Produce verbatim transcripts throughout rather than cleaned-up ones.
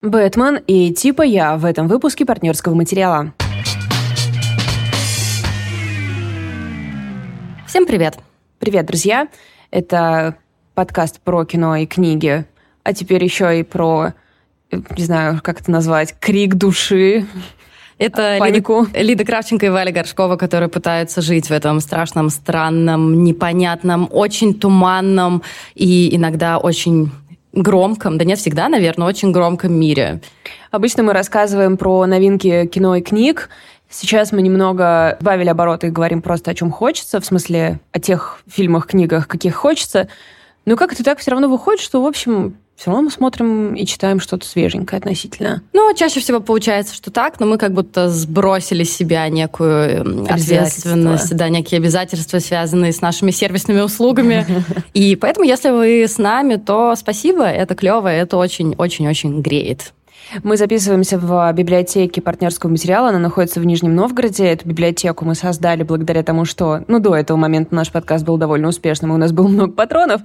Бэтмен и типа я в этом выпуске партнерского материала. Всем привет! Привет, друзья! Это подкаст про кино и книги, а теперь еще и про, не знаю, как это назвать, крик души. Это панику. Лида, Лида Кравченко и Валя Горшкова, которые пытаются жить в этом страшном, странном, непонятном, очень туманном и иногда очень громком, да нет, всегда, наверное, очень громком мире. Обычно мы рассказываем про новинки кино и книг. Сейчас мы немного сбавили обороты и говорим просто о чем хочется, в смысле о тех фильмах, книгах, каких хочется. Но как-то так все равно выходит, что, в общем, все равно мы смотрим и читаем что-то свеженькое относительно. Ну, чаще всего получается, что так, но мы как будто сбросили с себя некую ответственность, да, некие обязательства, связанные с нашими сервисными услугами. И поэтому, если вы с нами, то спасибо, это клево, это очень-очень-очень греет. Мы записываемся в библиотеке партнерского материала. Она находится в Нижнем Новгороде. Эту библиотеку мы создали благодаря тому, что, ну, до этого момента наш подкаст был довольно успешным, и у нас было много патронов.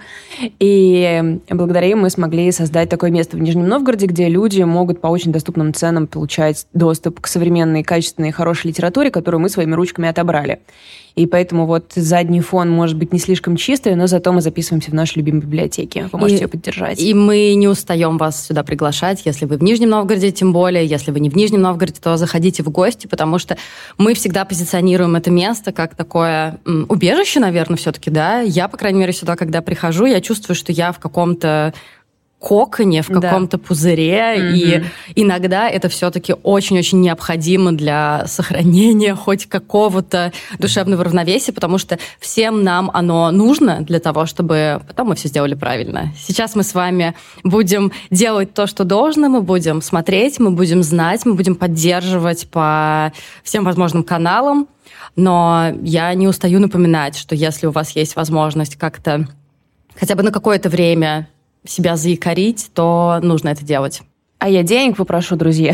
И благодаря им мы смогли создать такое место в Нижнем Новгороде, где люди могут по очень доступным ценам получать доступ к современной, качественной, хорошей литературе, которую мы своими ручками отобрали. И поэтому вот задний фон может быть не слишком чистый, но зато мы записываемся в нашей любимой библиотеке. Вы можете и, ее поддержать. И мы не устаем вас сюда приглашать, если вы в Нижнем Новгороде, тем более. Если вы не в Нижнем Новгороде, то заходите в гости, потому что мы всегда позиционируем это место как такое м, убежище, наверное, все-таки, да. Я, по крайней мере, сюда, когда прихожу, я чувствую, что я в каком-то коконе, в каком-то да. пузыре, mm-hmm. и иногда это все-таки очень-очень необходимо для сохранения хоть какого-то душевного равновесия, потому что всем нам оно нужно для того, чтобы потом мы все сделали правильно. Сейчас мы с вами будем делать то, что должно, мы будем смотреть, мы будем знать, мы будем поддерживать по всем возможным каналам, но я не устаю напоминать, что если у вас есть возможность как-то хотя бы на какое-то время себя заикарить, то нужно это делать. А я денег попрошу, друзья.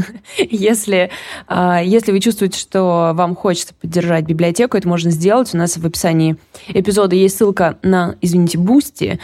если, если вы чувствуете, что вам хочется поддержать библиотеку, это можно сделать. У нас в описании эпизода есть ссылка на, извините, Boosty,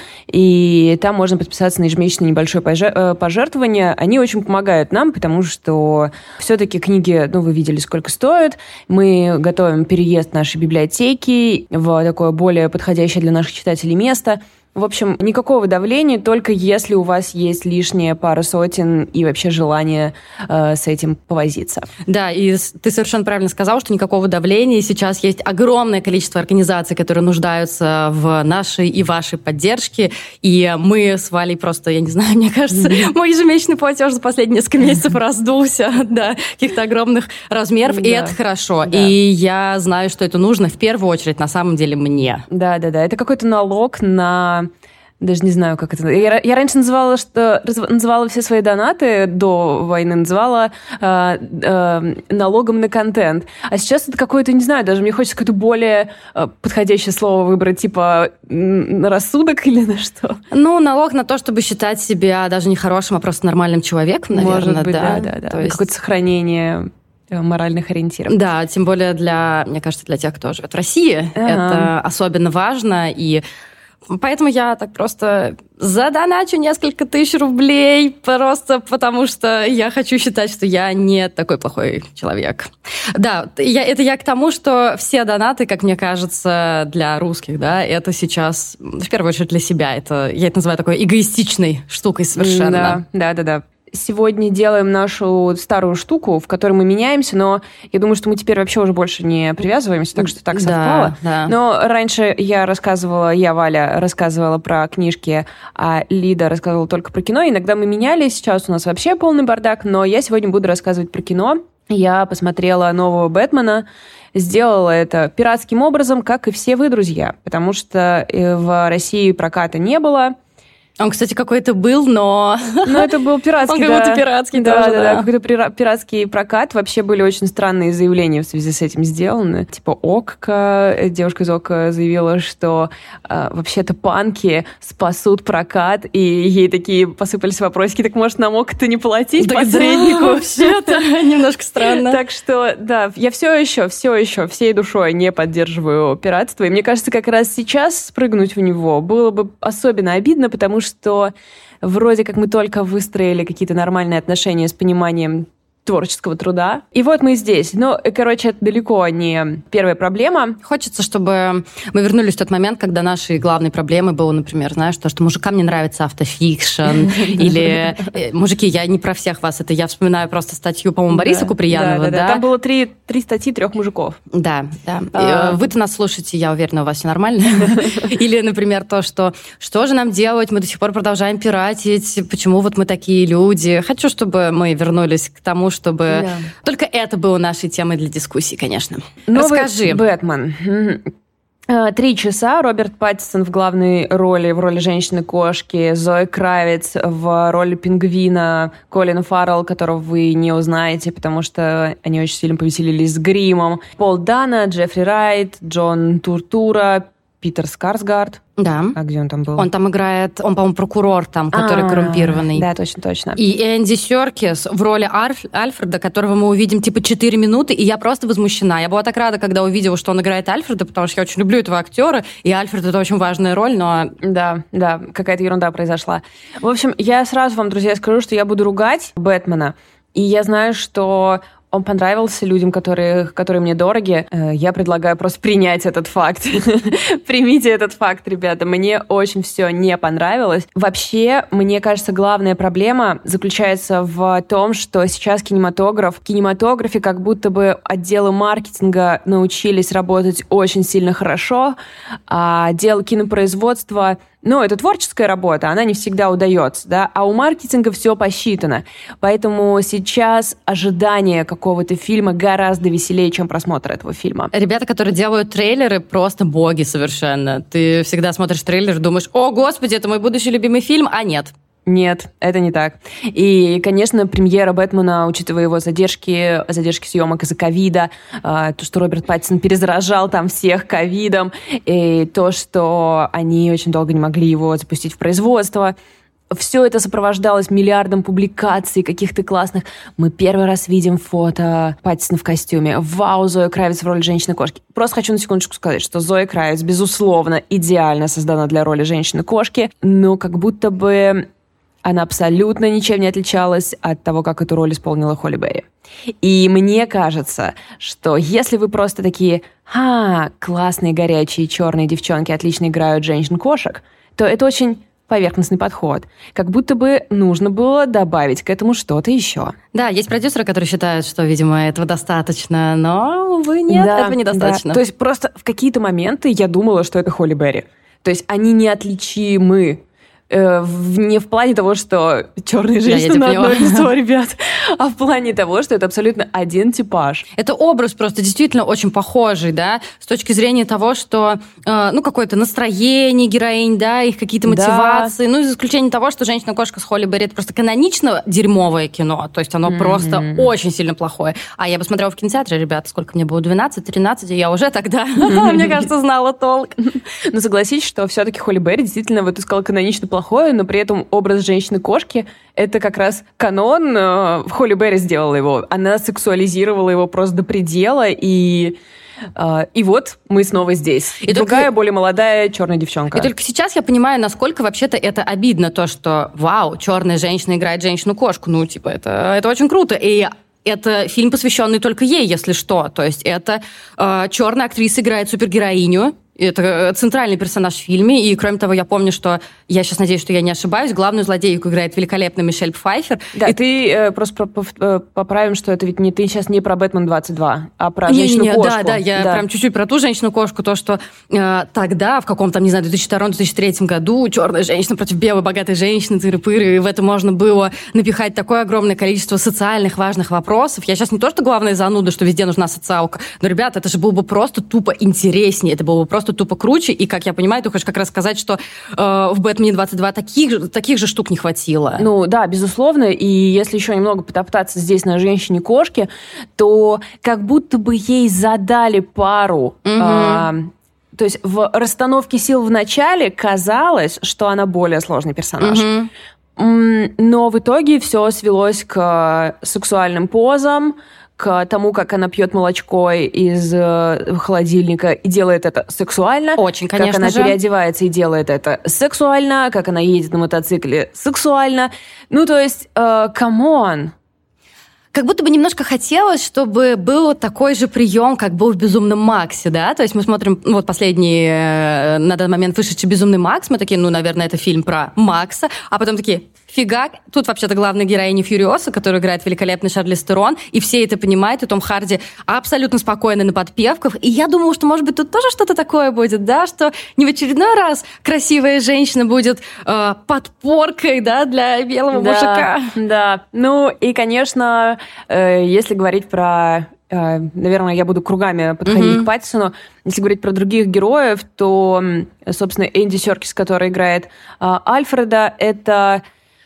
и там можно подписаться на ежемесячное небольшое пожертвование. Они очень помогают нам, потому что все-таки книги, ну, вы видели, сколько стоят. Мы готовим переезд нашей библиотеки в такое более подходящее для наших читателей место. В общем, никакого давления, только если у вас есть лишняя пара сотен и вообще желание э, с этим повозиться. Да, и ты совершенно правильно сказал, что никакого давления. Сейчас есть огромное количество организаций, которые нуждаются в нашей и вашей поддержке. И мы с Валей просто, я не знаю, мне кажется, mm-hmm. мой ежемесячный платеж за последние несколько месяцев раздулся до каких-то огромных размеров, и это хорошо. И я знаю, что это нужно в первую очередь на самом деле мне. Да-да-да, это какой-то налог на... Даже не знаю, как это... Я, я раньше называла, что, называла все свои донаты до войны, называла э, э, налогом на контент. А сейчас это какое-то, не знаю, даже мне хочется какое-то более э, подходящее слово выбрать, типа на рассудок или на что? Ну, налог на то, чтобы считать себя даже не хорошим, а просто нормальным человеком, наверное. Может быть, да. да, да, да. То есть... Какое-то сохранение моральных ориентиров. Да, тем более для, мне кажется, для тех, кто живет в России. Ага. Это особенно важно, и поэтому я так просто задоначу несколько тысяч рублей, просто потому что я хочу считать, что я не такой плохой человек. Да, я, это я к тому, что все донаты, как мне кажется, для русских, да, это сейчас, в первую очередь, для себя. Это, я это называю такой эгоистичной штукой совершенно. Да, да, да, да. Сегодня делаем нашу старую штуку, в которой мы меняемся, но я думаю, что мы теперь вообще уже больше не привязываемся, так что так совпало. Да, да. Но раньше я рассказывала, я, Валя, рассказывала про книжки, а Лида рассказывала только про кино. Иногда мы менялись, сейчас у нас вообще полный бардак, но я сегодня буду рассказывать про кино. Я посмотрела нового «Бэтмена», сделала это пиратским образом, как и все вы, друзья, потому что в России проката не было. Он, кстати, какой-то был, но... Ну, это был пиратский, Он да. как будто пиратский да, тоже, да. да. Да, какой-то пиратский прокат. Вообще были очень странные заявления в связи с этим сделаны. Типа ОККО, девушка из ОККО заявила, что э, вообще-то панки спасут прокат, и ей такие посыпались вопросики, так может нам ОККО-то не платить так посреднику? Да, вообще-то немножко странно. Так что, да, я все еще, все еще, всей душой не поддерживаю пиратство. И мне кажется, как раз сейчас спрыгнуть в него было бы особенно обидно, потому потому что вроде как мы только выстроили какие-то нормальные отношения с пониманием творческого труда. И вот мы здесь. Но, короче, это далеко не первая проблема. Хочется, чтобы мы вернулись в тот момент, когда нашей главной проблемой было, например, знаешь, то, что мужикам не нравится автофикшн, или... Мужики, я не про всех вас, это я вспоминаю просто статью, по-моему, Бориса Куприянова, да? Там было три статьи трех мужиков. Да, да. Вы-то нас слушаете, я уверена, у вас все нормально. Или, например, то, что что же нам делать, мы до сих пор продолжаем пиратить, почему вот мы такие люди. Хочу, чтобы мы вернулись к тому, чтобы... Да. Только это было нашей темой для дискуссии, конечно. Новый Расскажи. Бэтмен. Три часа. Роберт Паттинсон в главной роли, в роли женщины-кошки, Зои Кравиц в роли пингвина, Колин Фаррелл, которого вы не узнаете, потому что они очень сильно повеселились с гримом, Пол Дано, Джеффри Райт, Джон Туртура, Питер Скарсгард. Да. А где он там был? Он там играет, он, по-моему, прокурор там, который А-а-а. коррумпированный. Да, точно, точно. И Энди Серкис в роли Альф, Альфреда, которого мы увидим типа четыре минуты, и я просто возмущена. Я была так рада, когда увидела, что он играет Альфреда, потому что я очень люблю этого актера, и Альфред — это очень важная роль, но... Да, да, какая-то ерунда произошла. В общем, я сразу вам, друзья, скажу, что я буду ругать Бэтмена, и я знаю, что... Он понравился людям, которые, которые мне дороги. Я предлагаю просто принять этот факт. Примите этот факт, ребята. Мне очень все не понравилось. Вообще, мне кажется, главная проблема заключается в том, что сейчас кинематограф, в кинематографе как будто бы отделы маркетинга научились работать очень сильно хорошо, а отдел кинопроизводства... Ну, это творческая работа, она не всегда удается, да, а у маркетинга все посчитано. Поэтому сейчас ожидание какого-то фильма гораздо веселее, чем просмотр этого фильма. Ребята, которые делают трейлеры, просто боги совершенно. Ты всегда смотришь трейлер и думаешь: о, господи, это мой будущий любимый фильм, а нет. Нет, это не так. И, конечно, премьера Бэтмена, учитывая его задержки, задержки съемок из-за ковида, то, что Роберт Паттинсон перезаражал там всех ковидом, и то, что они очень долго не могли его запустить в производство, все это сопровождалось миллиардом публикаций каких-то классных. Мы первый раз видим фото Паттинсона в костюме. Вау, Зоя Кравиц в роли женщины-кошки. Просто хочу на секундочку сказать, что Зоя Кравиц, безусловно, идеально создана для роли женщины-кошки, но как будто бы... она абсолютно ничем не отличалась от того, как эту роль исполнила Холли Берри. И мне кажется, что если вы просто такие: «А, классные горячие черные девчонки отлично играют женщин-кошек», то это очень поверхностный подход. Как будто бы нужно было добавить к этому что-то еще. Да, есть продюсеры, которые считают, что, видимо, этого достаточно, но, увы, нет, да, этого недостаточно. Да. То есть просто в какие-то моменты я думала, что это Холли Берри. То есть они неотличимы. Не в плане того, что черные женщины на одно лицо, ребят, а в плане того, что это абсолютно один типаж. Это образ просто действительно очень похожий, да, с точки зрения того, что, э, ну, какое-то настроение героинь, да, их какие-то мотивации, да. Ну, за исключением того, что «Женщина-кошка» с Холли Берри — это просто канонично дерьмовое кино, то есть оно mm-hmm. просто очень сильно плохое. А я посмотрела в кинотеатре, ребята, сколько мне было, двенадцать-тринадцать, и я уже тогда, мне кажется, знала толк. Но согласитесь, что все-таки Холли Берри действительно, вот ты сказала, канонично плохое, плохое, но при этом образ женщины-кошки — это как раз канон. Холли Берри сделала его. Она сексуализировала его просто до предела, и... И вот мы снова здесь. И другая, только... более молодая черная девчонка. И только сейчас я понимаю, насколько вообще-то это обидно, то, что, вау, черная женщина играет женщину-кошку. Ну, типа, это, это очень круто. И это фильм, посвященный только ей, если что. То есть это э, черная актриса играет супергероиню. Это центральный персонаж в фильме, и, кроме того, я помню, что, я сейчас надеюсь, что я не ошибаюсь, главную злодейку играет великолепная Мишель Пфайффер. Да, и ты э, просто поправим, что это ведь не ты сейчас не про «Бэтмен двадцать два», а про женщину-кошку. Да, да, я да. прям чуть-чуть про ту женщину-кошку, то, что э, тогда, в каком-то, не знаю, две тысячи втором - две тысячи третьем году черная женщина против белой богатой женщины, тыры-пыры, и в это можно было напихать такое огромное количество социальных важных вопросов. Я сейчас не то, что главная зануда, что везде нужна социалка, но, ребята, это же было бы просто тупо интереснее, это было бы просто тупо круче, и, как я понимаю, ты хочешь как раз сказать, что э, в «Бэтмене двадцать два» таких, таких же штук не хватило. Ну, да, безусловно, и если еще немного потоптаться здесь на женщине-кошке, то как будто бы ей задали пару... Mm-hmm. Э, то есть в расстановке сил в начале казалось, что она более сложный персонаж. Mm-hmm. Но в итоге все свелось к сексуальным позам, к тому, как она пьет молочко из э, холодильника и делает это сексуально. Очень, конечно Как она же. переодевается и делает это сексуально, как она едет на мотоцикле сексуально. Ну, то есть, камон. Э, Как будто бы немножко хотелось, чтобы был такой же прием, как был в «Безумном Максе», да? То есть мы смотрим, вот последний, э, на данный момент вышедший «Безумный Макс», мы такие, ну, наверное, это фильм про Макса, а потом такие, фигак, тут вообще-то главная героиня Фьюриоса, которую играет великолепный Шарлиз Терон, и все это понимают, и Том Харди абсолютно спокойно на подпевках, и я думала, что, может быть, тут тоже что-то такое будет, да, что не в очередной раз красивая женщина будет э, подпоркой, да, для белого да, мужика. Да, ну и, конечно, э, если говорить про... Наверное, я буду кругами подходить mm-hmm. к Паттисону. Если говорить про других героев, то, собственно, Энди Серкис, который играет Альфреда, это...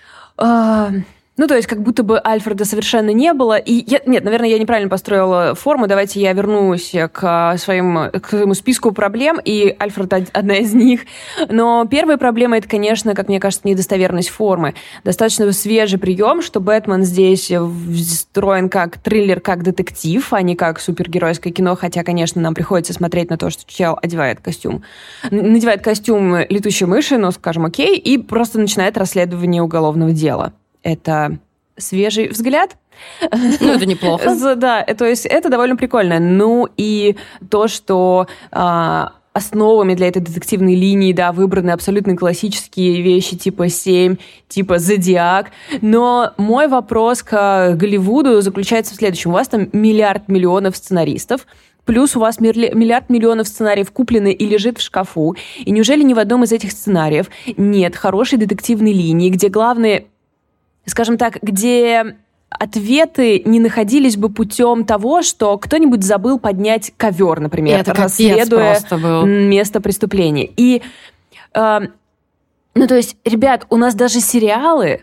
Ну, то есть, как будто бы Альфреда совершенно не было. И я, нет, наверное, я неправильно построила форму. Давайте я вернусь к, своим, к своему списку проблем, и Альфред одна из них. Но первая проблема — это, конечно, как мне кажется, недостоверность формы. Достаточно свежий прием, что Бэтмен здесь встроен как триллер, как детектив, а не как супергеройское кино, хотя, конечно, нам приходится смотреть на то, что чел одевает костюм. Надевает костюм летучей мыши, ну, скажем, окей, и просто начинает расследование уголовного дела. Это свежий взгляд. Ну, это неплохо. Да, то есть это довольно прикольно. Ну, и то, что а, основами для этой детективной линии, да, выбраны абсолютно классические вещи типа «Семь», типа «Зодиак». Но мой вопрос к Голливуду заключается в следующем. У вас там миллиард миллионов сценаристов, плюс у вас миллиард миллионов сценариев куплены и лежит в шкафу. И неужели ни в одном из этих сценариев нет хорошей детективной линии, где главные... Скажем так, где ответы не находились бы путем того, что кто-нибудь забыл поднять ковер, например, это расследуя место преступления. И, э, ну, то есть, ребят, у нас даже сериалы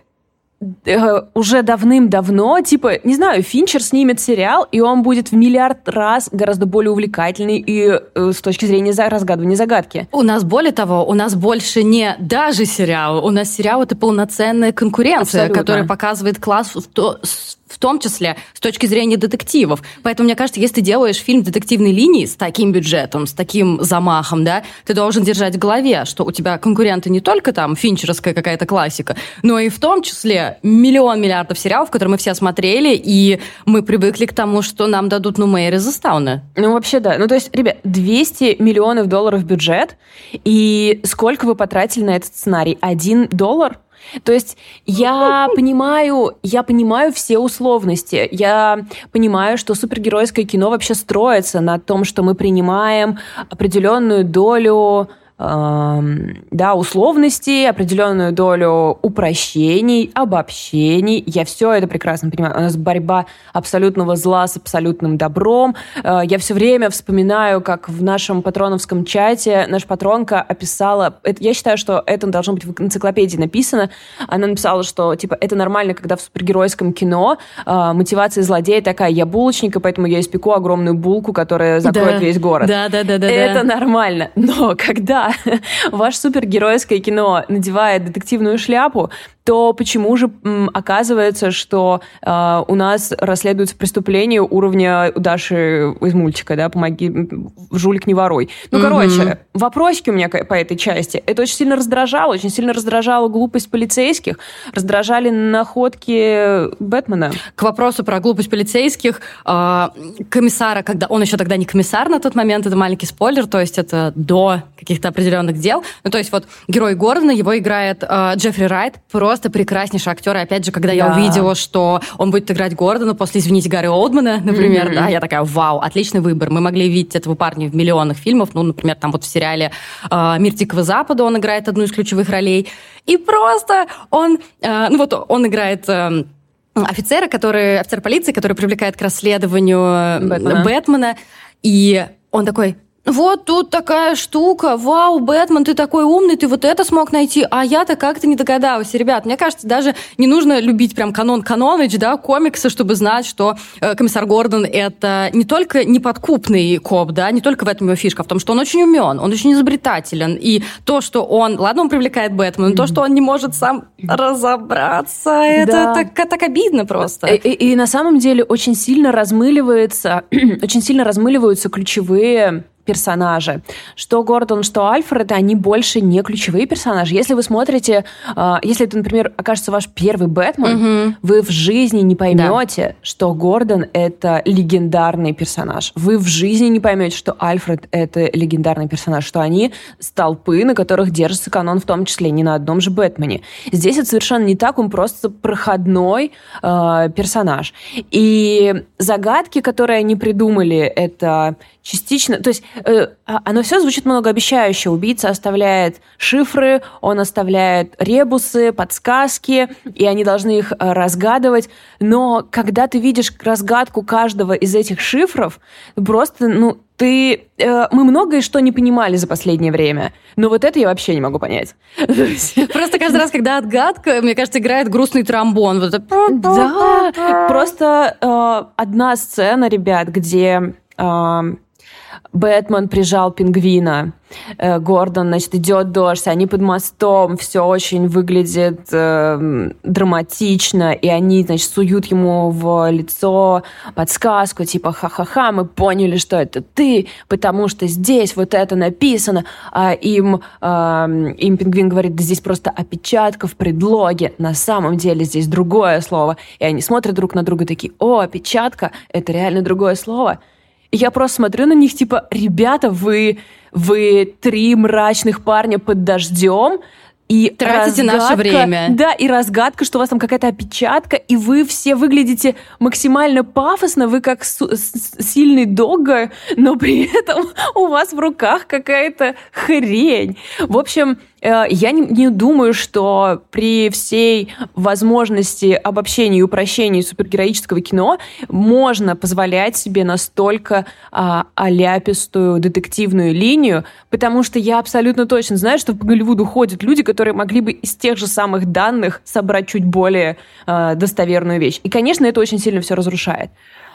э, уже давным-давно, типа, не знаю, Финчер снимет сериал, и он будет в миллиард раз гораздо более увлекательный и э, с точки зрения разгадывания загадки. У нас, более того, у нас больше не даже сериал, у нас сериал — это полноценная конкуренция, абсолютно, которая показывает класс в то, в том числе с точки зрения детективов. Поэтому, мне кажется, если ты делаешь фильм детективной линии с таким бюджетом, с таким замахом, да, ты должен держать в голове, что у тебя конкуренты не только там финчеровская какая-то классика, но и в том числе миллион миллиардов сериалов, которые мы все смотрели, и мы привыкли к тому, что нам дадут, ну, Мэри Застауна. Ну, вообще, да. Ну, то есть, ребят, двести миллионов долларов бюджет, и сколько вы потратили на этот сценарий? Один доллар? То есть я понимаю, я понимаю все условности. Я понимаю, что супергеройское кино вообще строится на том, что мы принимаем определенную долю да, условностей, определенную долю упрощений, обобщений. Я все это прекрасно понимаю. У нас борьба абсолютного зла с абсолютным добром. Я все время вспоминаю, как в нашем патроновском чате наша патронка описала... Это, я считаю, что это должно быть в энциклопедии написано. Она написала, что типа это нормально, когда в супергеройском кино э, мотивация злодея такая: я булочник, и поэтому я испеку огромную булку, которая закроет да. весь город. Да, да, да, да. Это да. нормально. Но когда ваше супергеройское кино надевает детективную шляпу, то почему же м, оказывается, что э, у нас расследуется преступление уровня Даши из мультика, да, «Помоги, жулик, не воруй». Ну, mm-hmm. короче, вопросики у меня по этой части. Это очень сильно раздражало, очень сильно раздражала глупость полицейских, раздражали находки Бэтмена. К вопросу про глупость полицейских, э, комиссара, когда он еще тогда не комиссар на тот момент, это маленький спойлер, то есть это до каких-то определенных дел. Ну, то есть вот герой Гордона, его играет э, Джеффри Райт, просто прекраснейший актер. И опять же, когда да. я увидела, что он будет играть Гордона после «Извините, Гарри Олдмана», например, mm-hmm. да, я такая: вау, отличный выбор. Мы могли видеть этого парня в миллионах фильмов. Ну, например, там вот в сериале э, «Мир Дикого Запада» он играет одну из ключевых ролей. И просто он, э, ну вот он играет... Э, офицера, который, офицер полиции, который привлекает к расследованию Бэтмена. Бэтмена. И он такой: вот тут такая штука, вау, Бэтмен, ты такой умный, ты вот это смог найти, а я-то как-то не догадалась. Ребят, мне кажется, даже не нужно любить прям канон Каноныч, да, комиксы, чтобы знать, что э, комиссар Гордон — это не только неподкупный коп, да, не только в этом его фишка, а в том, что он очень умен, он очень изобретателен, и то, что он, ладно, он привлекает Бэтмена, но то, что он не может сам разобраться, это да. так, так обидно просто. И, и, и на самом деле очень сильно размыливается, очень сильно размыливаются ключевые персонажи. Что Гордон, что Альфред, они больше не ключевые персонажи. Если вы смотрите, э, если это, например, окажется ваш первый Бэтмен, угу. вы в жизни не поймете, да. что Гордон — это легендарный персонаж. Вы в жизни не поймете, что Альфред — это легендарный персонаж, что они столпы, на которых держится канон, в том числе не на одном же Бэтмене. Здесь это совершенно не так, он просто проходной э, персонаж. И загадки, которые они придумали, это частично... То есть э, оно все звучит многообещающе. Убийца оставляет шифры, он оставляет ребусы, подсказки, и они должны их разгадывать. Но когда ты видишь разгадку каждого из этих шифров, просто, ну, ты... Э, мы многое что не понимали за последнее время, но вот это я вообще не могу понять. Просто каждый раз, когда отгадка, мне кажется, играет грустный тромбон. Вот это... Да, просто э, одна сцена, ребят, где... Э, Бэтмен прижал пингвина. Э, Гордон, значит, идет дождь, они под мостом, все очень выглядит э, драматично, и они, значит, суют ему в лицо подсказку, типа, ха-ха-ха, мы поняли, что это ты, потому что здесь вот это написано, а им, э, им пингвин говорит, да здесь просто опечатка в предлоге, на самом деле здесь другое слово, и они смотрят друг на друга такие, о, опечатка, это реально другое слово. И я просто смотрю на них, типа, ребята, вы, вы три мрачных парня под дождем, и тратите разгадка, наше время. Да, и разгадка, что у вас там какая-то опечатка, и вы все выглядите максимально пафосно, вы как сильный догго, но при этом у вас в руках какая-то хрень. В общем, я не, не думаю, что при всей возможности обобщения и упрощения супергероического кино можно позволять себе настолько а, аляпистую детективную линию, потому что я абсолютно точно знаю, что по Голливуду ходят люди, которые могли бы из тех же самых данных собрать чуть более а, достоверную вещь. И, конечно, это очень сильно все разрушает.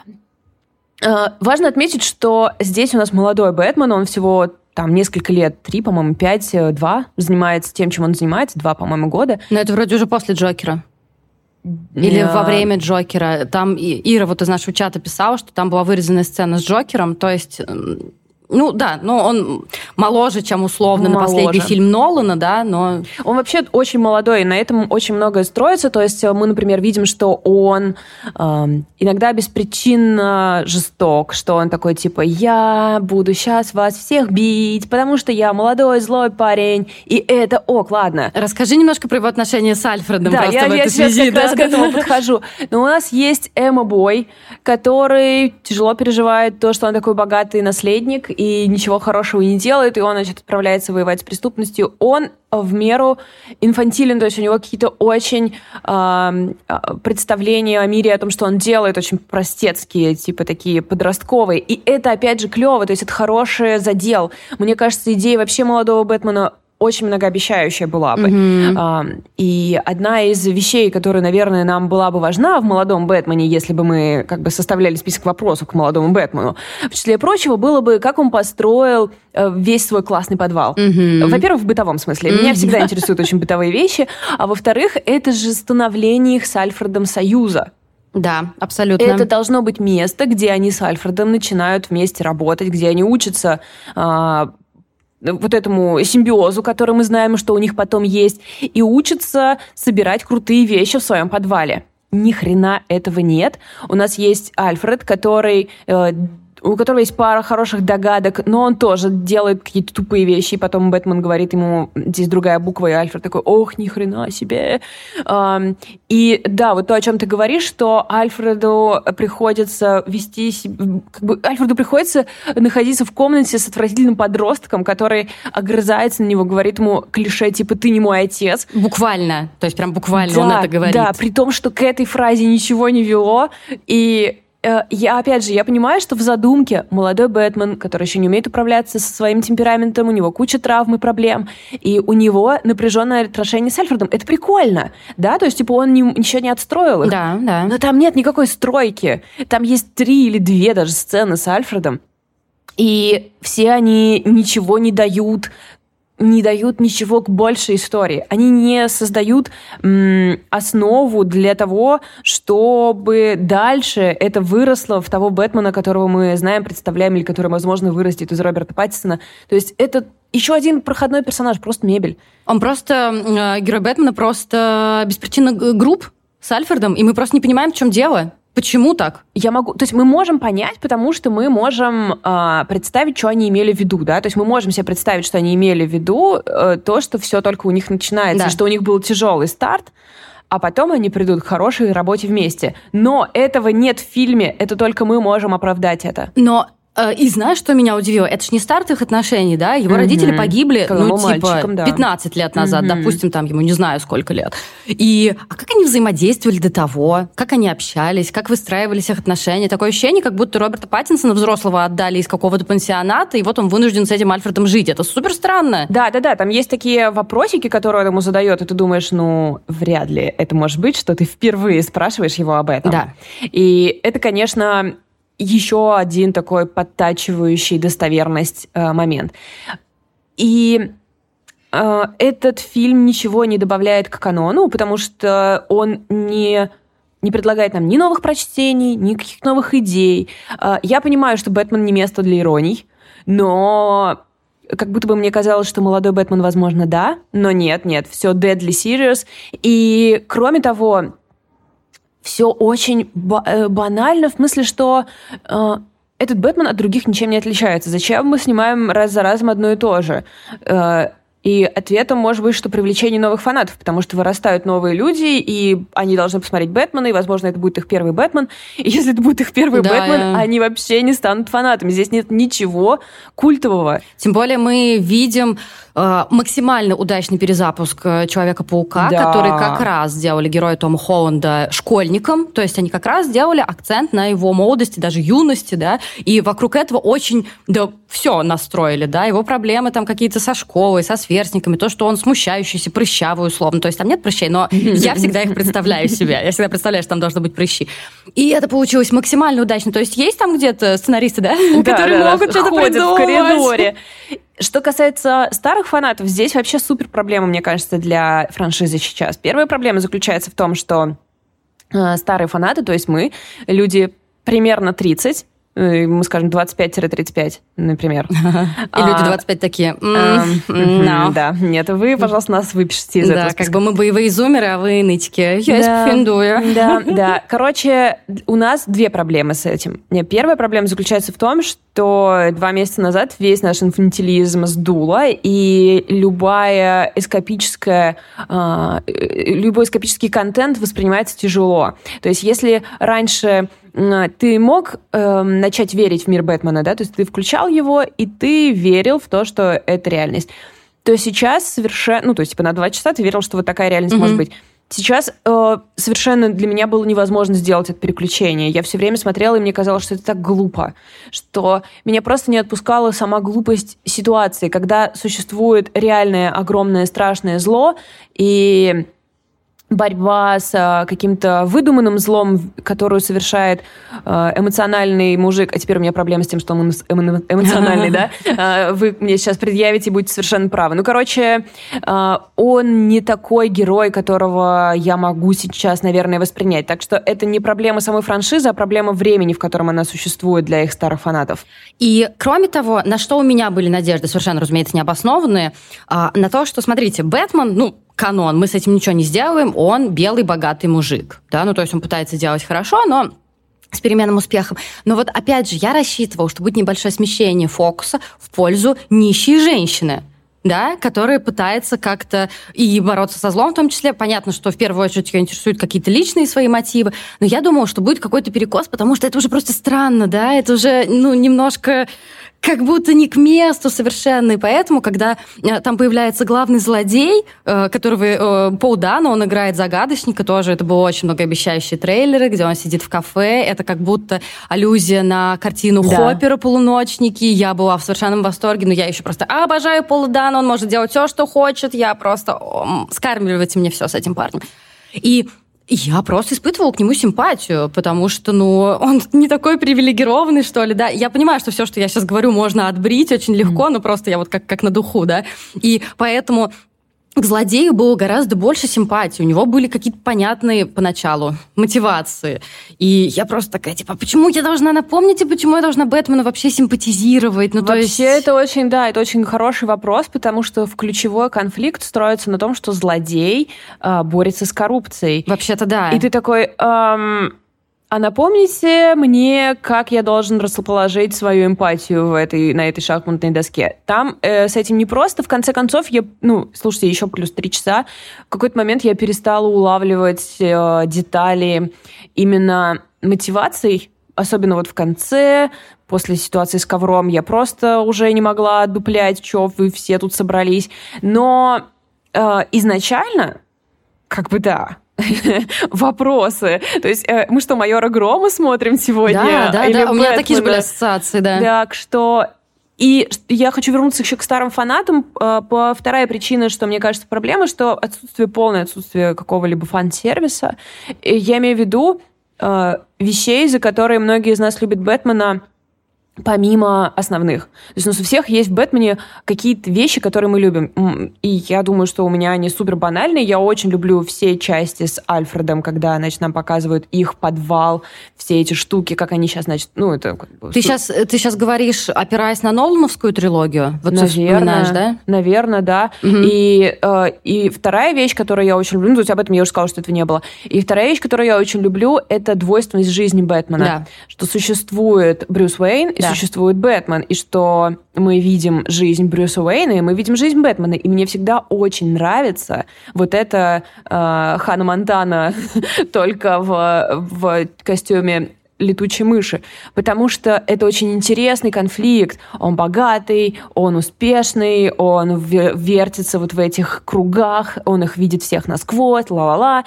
А, важно отметить, что здесь у нас молодой Бэтмен, он всего... там несколько лет, три, по-моему, пять, два, занимается тем, чем он занимается, два, по-моему, года. Но это вроде уже после Джокера. Или yeah. во время Джокера. Там Ира вот из нашего чата писала, что там была вырезанная сцена с Джокером, то есть... Ну да, но он моложе, чем условно моложе. На последний фильм Нолана, да, но... Он вообще очень молодой, и на этом очень многое строится. То есть мы, например, видим, что он э, иногда беспричинно жесток, что он такой, типа, я буду сейчас вас всех бить, потому что я молодой, злой парень, и это ок, ладно. Расскажи немножко про его отношения с Альфредом, да, просто я, в этой я связи. сейчас как да, раз да, к этому да. подхожу. Но у нас есть эмо-бой, который тяжело переживает то, что он такой богатый наследник, и ничего хорошего не делает, и он, значит, отправляется воевать с преступностью. Он в меру инфантилен, то есть у него какие-то очень э, представления о мире, о том, что он делает, очень простецкие, типа такие подростковые. И это, опять же, клево, то есть это хороший задел. Мне кажется, идея вообще молодого Бэтмена очень многообещающая была бы. Mm-hmm. И одна из вещей, которая, наверное, нам была бы важна в молодом Бэтмене, если бы мы как бы составляли список вопросов к молодому Бэтмену, в числе прочего, было бы, как он построил весь свой классный подвал. Mm-hmm. Во-первых, в бытовом смысле. Mm-hmm. Меня всегда интересуют очень бытовые вещи. А во-вторых, это же становление их с Альфредом союза. Да, абсолютно. Это должно быть место, где они с Альфредом начинают вместе работать, где они учатся... вот этому симбиозу, который мы знаем, что у них потом есть, и учатся собирать крутые вещи в своем подвале. Ни хрена этого нет. У нас есть Альфред, который... Э, у которого есть пара хороших догадок, но он тоже делает какие-то тупые вещи, и потом Бэтмен говорит ему, здесь другая буква, и Альфред такой, ох, ни хрена себе. И да, вот то, о чем ты говоришь, что Альфреду приходится вести себя... Как бы Альфреду приходится находиться в комнате с отвратительным подростком, который огрызается на него, говорит ему клише, типа, ты не мой отец. Буквально, то есть прям буквально да, он это говорит. Да, при том, что к этой фразе ничего не вело, и... Я, опять же, я понимаю, что в задумке молодой Бэтмен, который еще не умеет управляться со своим темпераментом, у него куча травм и проблем, и у него напряженное отношение с Альфредом. Это прикольно, да? То есть, типа, он не, ничего не отстроил их. Да, да. Но там нет никакой стройки. Там есть три или две даже сцены с Альфредом, и все они ничего не дают, не дают ничего к большей истории. Они не создают м, основу для того, чтобы дальше это выросло в того Бэтмена, которого мы знаем, представляем, или который, возможно, вырастет из Роберта Паттинсона. То есть это еще один проходной персонаж, просто мебель. Он просто, э, герой Бэтмена просто беспричинно груб с Альфредом, и мы просто не понимаем, в чем дело. Почему так? Я могу, то есть мы можем понять, потому что мы можем э, представить, что они имели в виду, да, то есть мы можем себе представить, что они имели в виду э, то, что все только у них начинается, да. Что у них был тяжелый старт, а потом они придут к хорошей работе вместе. Но этого нет в фильме, это только мы можем оправдать это. Но и знаешь, что меня удивило? Это ж не старт их отношений, да? Его mm-hmm. родители погибли, ну, типа, да. пятнадцать лет назад, mm-hmm. допустим, там ему не знаю сколько лет. И а как они взаимодействовали до того? Как они общались? Как выстраивались их отношения? Такое ощущение, как будто Роберта Паттинсона взрослого отдали из какого-то пансионата, и вот он вынужден с этим Альфредом жить. Это супер странно. Да-да-да, там есть такие вопросики, которые он ему задает, и ты думаешь, ну, вряд ли это может быть, что ты впервые спрашиваешь его об этом. Да. И это, конечно... еще один такой подтачивающий достоверность э, момент. И э, этот фильм ничего не добавляет к канону, потому что он не, не предлагает нам ни новых прочтений, ни каких новых идей. Э, я понимаю, что «Бэтмен» не место для ироний, но как будто бы мне казалось, что молодой Бэтмен, возможно, да, но нет, нет, все deadly serious. И, кроме того, все очень банально, в смысле, что э, этот Бэтмен от других ничем не отличается. Зачем мы снимаем раз за разом одно и то же? Э, и ответом может быть, что привлечение новых фанатов, потому что вырастают новые люди, и они должны посмотреть Бэтмена, и, возможно, это будет их первый Бэтмен. И если это будет их первый да, Бэтмен, я... они вообще не станут фанатами. Здесь нет ничего культового. Тем более мы видим э, максимально удачный перезапуск Человека-паука, да. который как раз сделали героя Тома Холланда школьником, то есть они как раз сделали акцент на его молодости, даже юности, да, и вокруг этого очень, да, все настроили, да, его проблемы там какие-то со школой, со сверстниками, то, что он смущающийся, прыщавый условно. То есть там нет прыщей, но я всегда их представляю себе. Я всегда представляю, что там должны быть прыщи. И это получилось максимально удачно. То есть есть там где-то сценаристы, да, да которые да, могут что-то ходят придумать. В коридоре. Что касается старых фанатов, здесь вообще супер проблема, мне кажется, для франшизы сейчас. Первая проблема заключается в том, что э, старые фанаты, то есть мы, люди примерно тридцать, мы скажем двадцать пять тридцать пять, например. И люди двадцать пять такие, да, нет, вы, пожалуйста, нас выпишите из этого. Да, как бы мы боевые зумеры, а вы нытики. Я испрендую. Да, да. Короче, у нас две проблемы с этим. Первая проблема заключается в том, что два месяца назад весь наш инфантилизм сдуло, и любая эскапическая, любой эскапический контент воспринимается тяжело. То есть если раньше ты мог э, начать верить в мир Бэтмена, да, то есть ты включал его, и ты верил в то, что это реальность, то сейчас совершенно, ну, то есть типа на два часа ты верил, что вот такая реальность mm-hmm. может быть. Сейчас э, совершенно для меня было невозможно сделать это переключение. Я все время смотрела, и мне казалось, что это так глупо, что меня просто не отпускала сама глупость ситуации, когда существует реальное, огромное, страшное зло, и борьба с а, каким-то выдуманным злом, которую совершает а, эмоциональный мужик. А теперь у меня проблема с тем, что он эмо- эмоциональный, да? А, вы мне сейчас предъявите и будете совершенно правы. Ну, короче, а, он не такой герой, которого я могу сейчас, наверное, воспринять. Так что это не проблема самой франшизы, а проблема времени, в котором она существует для их старых фанатов. И, кроме того, на что у меня были надежды, совершенно, разумеется, необоснованные, а, на то, что, смотрите, Бэтмен, ну, канон, мы с этим ничего не сделаем, он белый богатый мужик, да, ну то есть он пытается делать хорошо, но с переменным успехом. Но вот опять же, я рассчитывала, что будет небольшое смещение фокуса в пользу нищей женщины, да, которая пытается как-то и бороться со злом в том числе. Понятно, что в первую очередь ее интересуют какие-то личные свои мотивы, но я думала, что будет какой-то перекос, потому что это уже просто странно, да, это уже, ну, немножко как будто не к месту совершенно. И поэтому, когда э, там появляется главный злодей, э, которого э, Пол Дано, он играет загадочника тоже. Это было очень многообещающие трейлеры, где он сидит в кафе. Это как будто аллюзия на картину да. Хоппера «Полуночники». Я была в совершенном восторге, но я еще просто обожаю Пола Дано. Он может делать все, что хочет. Я просто... О, скармливайте мне все с этим парнем. И я просто испытывала к нему симпатию, потому что, ну, он не такой привилегированный, что ли, да. Я понимаю, что все, что я сейчас говорю, можно отбрить очень легко, mm-hmm. но просто я вот как, как на духу, да. И поэтому к злодею было гораздо больше симпатии. У него были какие-то понятные поначалу мотивации. И я просто такая, типа, почему я должна напомнить, и почему я должна Бэтмену вообще симпатизировать? Ну, вообще, то есть... это очень, да, это очень хороший вопрос, потому что в ключевой конфликт строится на том, что злодей э, борется с коррупцией. Вообще-то да. И ты такой... Эм... А напомните мне, как я должен расположить свою эмпатию в этой, на этой шахматной доске. Там э, с этим непросто. В конце концов, я, ну, слушайте, еще плюс три часа. В какой-то момент я перестала улавливать э, детали именно мотиваций, особенно вот в конце, после ситуации с ковром. Я просто уже не могла отдуплять, что вы все тут собрались. Но э, изначально, как бы да... вопросы. То есть э, мы что, «Майора Грома» смотрим сегодня? Да, да, Или да. У меня Бэтмена? такие же были ассоциации, да. Так что... И я хочу вернуться еще к старым фанатам. Э, по вторая причина, что, мне кажется, проблема, что отсутствие, полное отсутствие какого-либо фан-сервиса. И я имею в виду э, вещей, за которые многие из нас любят Бэтмена, помимо основных. То есть у нас у всех есть в Бэтмене какие-то вещи, которые мы любим. И я думаю, что у меня они супер банальные. Я очень люблю все части с Альфредом, когда, значит, нам показывают их подвал, все эти штуки, как они сейчас, значит, ну, это... Как бы, ты, сейчас, ты сейчас говоришь, опираясь на Нолановскую трилогию? Вот наверное, да? Наверное, да. Угу. И, э, и вторая вещь, которую я очень люблю, ну, то есть об этом я уже сказала, что этого не было. И вторая вещь, которую я очень люблю, это двойственность жизни Бэтмена. Да. Что существует Брюс Уэйн, и да. существует Бэтмен, и что мы видим жизнь Брюса Уэйна, и мы видим жизнь Бэтмена. И мне всегда очень нравится вот это э, Ханна Монтана только в, в костюме летучей мыши, потому что это очень интересный конфликт. Он богатый, он успешный, он вертится вот в этих кругах, он их видит всех насквозь, ла-ла-ла.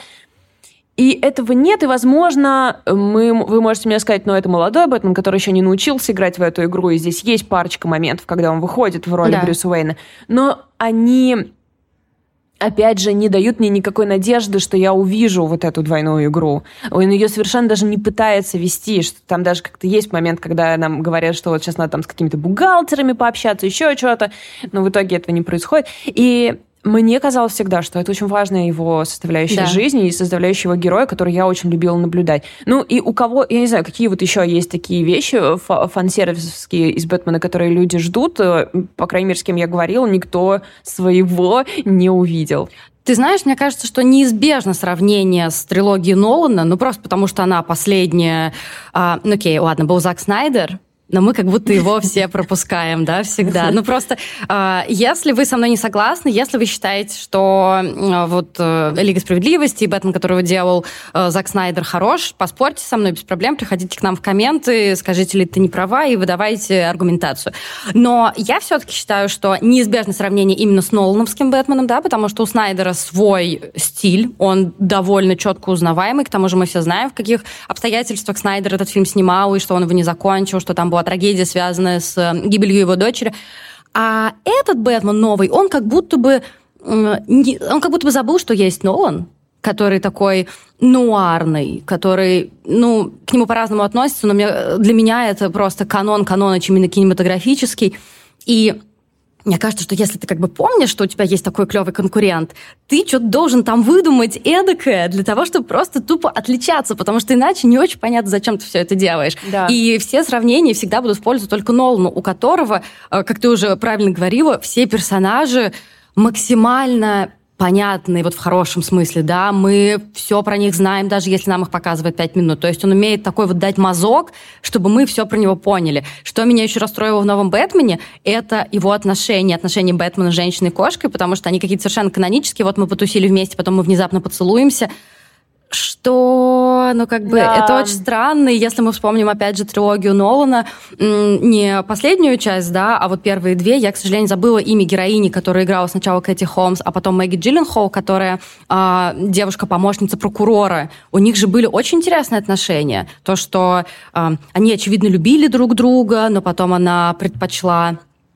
И этого нет, и, возможно, мы, вы можете мне сказать, ну, это молодой Бэтмен, который еще не научился играть в эту игру, и здесь есть парочка моментов, когда он выходит в роли да. Брюса Уэйна, но они, опять же, не дают мне никакой надежды, что я увижу вот эту двойную игру. Он ее совершенно даже не пытается вести, что там даже как-то есть момент, когда нам говорят, что вот сейчас надо там с какими-то бухгалтерами пообщаться, еще что-то, но в итоге этого не происходит. И мне казалось всегда, что это очень важная его составляющая да. жизни и составляющая его героя, который я очень любила наблюдать. Ну, и у кого, я не знаю, какие вот еще есть такие вещи фан-сервисовские из Бэтмена, которые люди ждут, по крайней мере, с кем я говорила, никто своего не увидел. Ты знаешь, мне кажется, что неизбежно сравнение с трилогией Нолана, ну, просто потому что она последняя... А, ну, окей, ладно, был Зак Снайдер, но мы как будто его все пропускаем, да, всегда. Ну, просто, э, если вы со мной не согласны, если вы считаете, что э, вот э, Лига справедливости и Бэтмен, которого делал э, Зак Снайдер, хорош, поспорьте со мной без проблем, приходите к нам в комменты, скажите, ли ты не права, и выдавайте аргументацию. Но я все-таки считаю, что неизбежно сравнение именно с Нолановским Бэтменом, да, потому что у Снайдера свой стиль, он довольно четко узнаваемый, к тому же мы все знаем, в каких обстоятельствах Снайдер этот фильм снимал, и что он его не закончил, что там была трагедия, связанная с гибелью его дочери. А этот Бэтмен новый, он как будто бы он как будто бы забыл, что есть Нолан, который такой нуарный, который, ну, к нему по-разному относится, но мне, для меня это просто канон, канон именно кинематографический. И мне кажется, что если ты как бы помнишь, что у тебя есть такой клевый конкурент, ты что-то должен там выдумать эдакое для того, чтобы просто тупо отличаться, потому что иначе не очень понятно, зачем ты все это делаешь. Да. И все сравнения всегда будут использовать только Нолану, у которого, как ты уже правильно говорила, все персонажи максимально понятные, вот в хорошем смысле, да, мы все про них знаем, даже если нам их показывают пять минут. То есть он умеет такой вот дать мазок, чтобы мы все про него поняли. Что меня еще расстроило в новом Бэтмене, это его отношения, отношения Бэтмена с женщиной-кошкой, потому что они какие-то совершенно канонические. Вот мы потусили вместе, потом мы внезапно поцелуемся. Что, ну, как бы, да. Это очень странно. И если мы вспомним, опять же, трилогию Нолана, не последнюю часть, да, а вот первые две, я, к сожалению, забыла имя героини, которая играла сначала Кэти Холмс, а потом Мэгги Джилленхол, которая а, девушка-помощница прокурора. У них же были очень интересные отношения. То, что а, они, очевидно, любили друг друга, но потом она предпочла...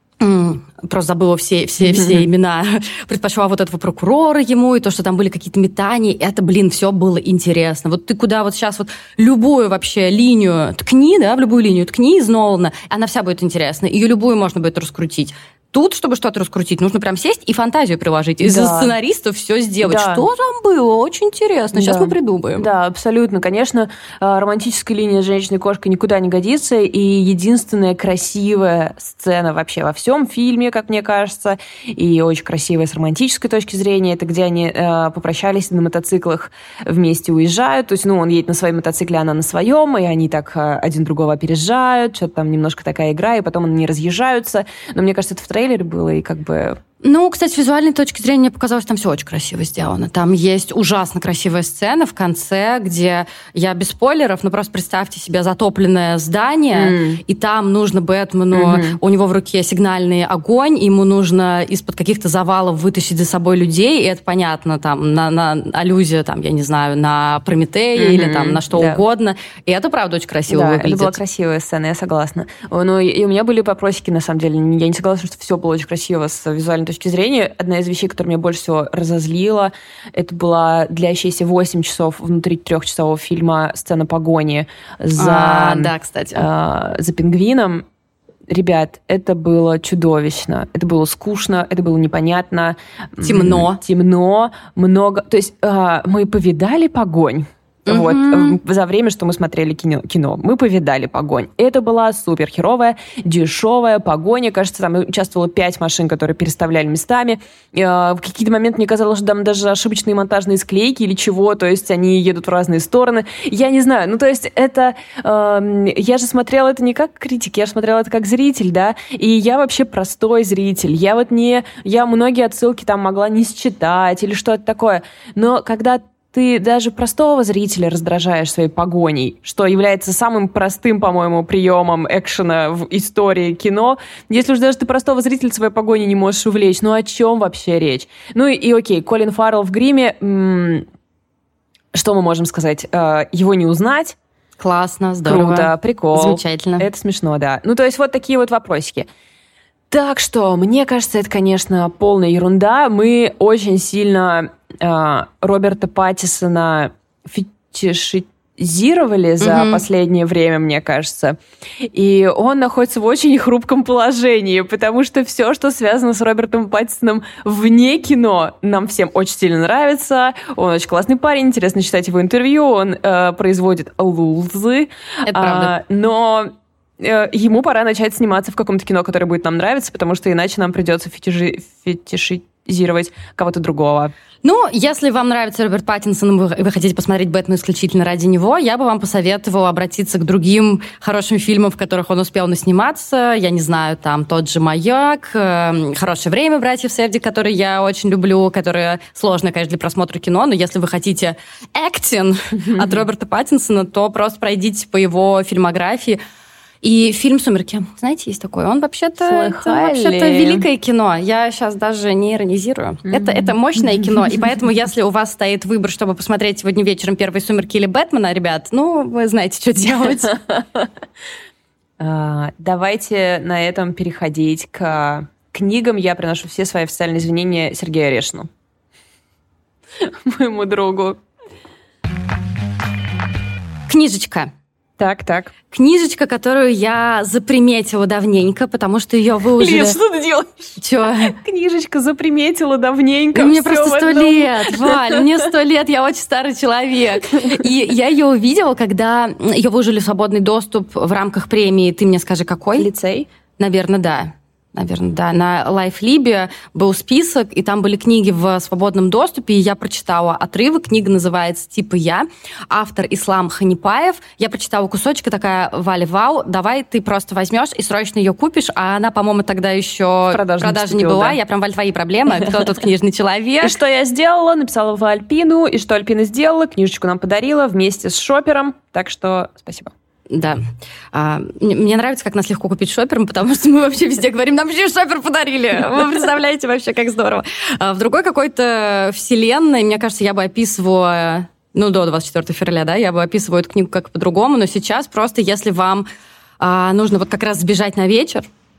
Просто забыла все, все, все имена. Предпочла вот этого прокурора ему, и то, что там были какие-то метания. Это, блин, все было интересно. Вот ты куда вот сейчас вот любую вообще линию ткни, да, в любую линию ткни из Нолана, она вся будет интересна. Ее любую можно будет раскрутить. Тут, чтобы что-то раскрутить, нужно прям сесть и фантазию приложить. Из-за да. сценаристов все сделать. Да. Что там было? Очень интересно. Сейчас да. мы придумаем. Да, абсолютно. Конечно, романтическая линия с женщиной-кошкой никуда не годится. И единственная красивая сцена вообще во всем фильме, как мне кажется, и очень красивая с романтической точки зрения, это где они э, попрощались на мотоциклах, вместе уезжают. То есть, ну, он едет на своем мотоцикле, она на своем, и они так э, один другого опережают. Что-то там немножко такая игра, и потом они разъезжаются. Но мне кажется, это в трейлере было, и как бы... Ну, кстати, с визуальной точки зрения мне показалось, там все очень красиво сделано. Там есть ужасно красивая сцена в конце, где, я без спойлеров, но просто представьте себе затопленное здание, mm. и там нужно Бэтмену, mm-hmm. у него в руке сигнальный огонь, ему нужно из-под каких-то завалов вытащить за собой людей, и это понятно, там, на, на аллюзия, там, я не знаю, на Прометея mm-hmm. или там на что да. угодно. И это, правда, очень красиво да, выглядит. Это была красивая сцена, я согласна. Но и у меня были вопросики, на самом деле. Я не согласна, что все было очень красиво с визуальной точки зрения. Одна из вещей, которая меня больше всего разозлила, это была длящаяся восемь часов внутри трехчасового фильма сцена погони за, а, да, кстати. Э, за пингвином. Ребят, это было чудовищно. Это было скучно, это было непонятно. Темно. Темно, много... То есть э, мы повидали погонь. Mm-hmm. Вот, за время, что мы смотрели кино, кино, мы повидали погонь. Это была суперхеровая, дешевая погоня. Кажется, там участвовало пять машин, которые переставляли местами. В какие-то моменты мне казалось, что там даже ошибочные монтажные склейки или чего, то есть они едут в разные стороны. Я не знаю, ну то есть это... Э, я же смотрела это не как критик, я же смотрела это как зритель, да, и я вообще простой зритель. Я вот не... Я многие отсылки там могла не считать или что-то такое, но когда ты даже простого зрителя раздражаешь своей погоней, что является самым простым, по-моему, приемом экшена в истории кино. Если уж даже ты простого зрителя своей погоней не можешь увлечь, ну о чем вообще речь? Ну и, и окей, Колин Фаррелл в гриме, м- что мы можем сказать? Э, его не узнать. Классно, здорово. Круто, прикол. Замечательно. Это смешно, да. Ну то есть вот такие вот вопросики. Так что, мне кажется, это, конечно, полная ерунда. Мы очень сильно э, Роберта Паттинсона фетишизировали за mm-hmm. последнее время, мне кажется. И он находится в очень хрупком положении, потому что все, что связано с Робертом Паттинсоном вне кино, нам всем очень сильно нравится. Он очень классный парень, интересно читать его интервью, он э, производит лулзы. Это правда. А, но... Ему пора начать сниматься в каком-то кино, которое будет нам нравиться, потому что иначе нам придется фетиши... фетишизировать кого-то другого. Ну, если вам нравится Роберт Паттинсон, вы, вы хотите посмотреть «Бэтмен» исключительно ради него, я бы вам посоветовала обратиться к другим хорошим фильмам, в которых он успел насниматься. Я не знаю, там тот же «Маяк», «Хорошее время» братьев Сафдий, который я очень люблю, которое сложно, конечно, для просмотра кино, но если вы хотите acting от Роберта Паттинсона, то просто пройдите по его фильмографии. И фильм «Сумерки», знаете, есть такой. Он вообще-то, это вообще-то великое кино. Я сейчас даже не иронизирую. Mm-hmm. Это, это мощное кино. И поэтому, если у вас стоит выбор, чтобы посмотреть сегодня вечером «Первые сумерки» или «Бэтмена», ребят, ну, вы знаете, что делать. Давайте на этом переходить к книгам. Я приношу все свои официальные извинения Сергею Орешину, моему другу. Книжечка. Так, так. Книжечка, которую я заприметила давненько, потому что ее выложили... Лиз, что ты делаешь? Чё? Книжечка заприметила давненько. Мне просто сто лет, Валь, мне сто лет, я очень старый человек. И я ее увидела, когда ее выложили в свободный доступ в рамках премии «Ты мне скажи, какой?» Лицей? Наверное, да. наверное, да, на Лайфлибе был список, и там были книги в свободном доступе, и я прочитала отрывок, книга называется «Типа я», автор Ислам Ханипаев. Я прочитала кусочек и такая: Валя, вау, давай ты просто возьмешь и срочно ее купишь, а она, по-моему, тогда еще в продаже не была. Да. Я прям, Валь, твои проблемы, кто тут книжный человек. И что я сделала? Написала в Альпину, и что Альпина сделала? Книжечку нам подарила вместе с шопером, так что спасибо. Да. А, мне нравится, как нас легко купить шопером, потому что мы вообще везде говорим, нам вообще шопер подарили. Вы представляете вообще, как здорово. А в другой какой-то вселенной, мне кажется, я бы описывала, ну, до двадцать четвёртого февраля, да, я бы описывала эту книгу как по-другому, но сейчас просто, если вам а, нужно вот как раз сбежать на вечер,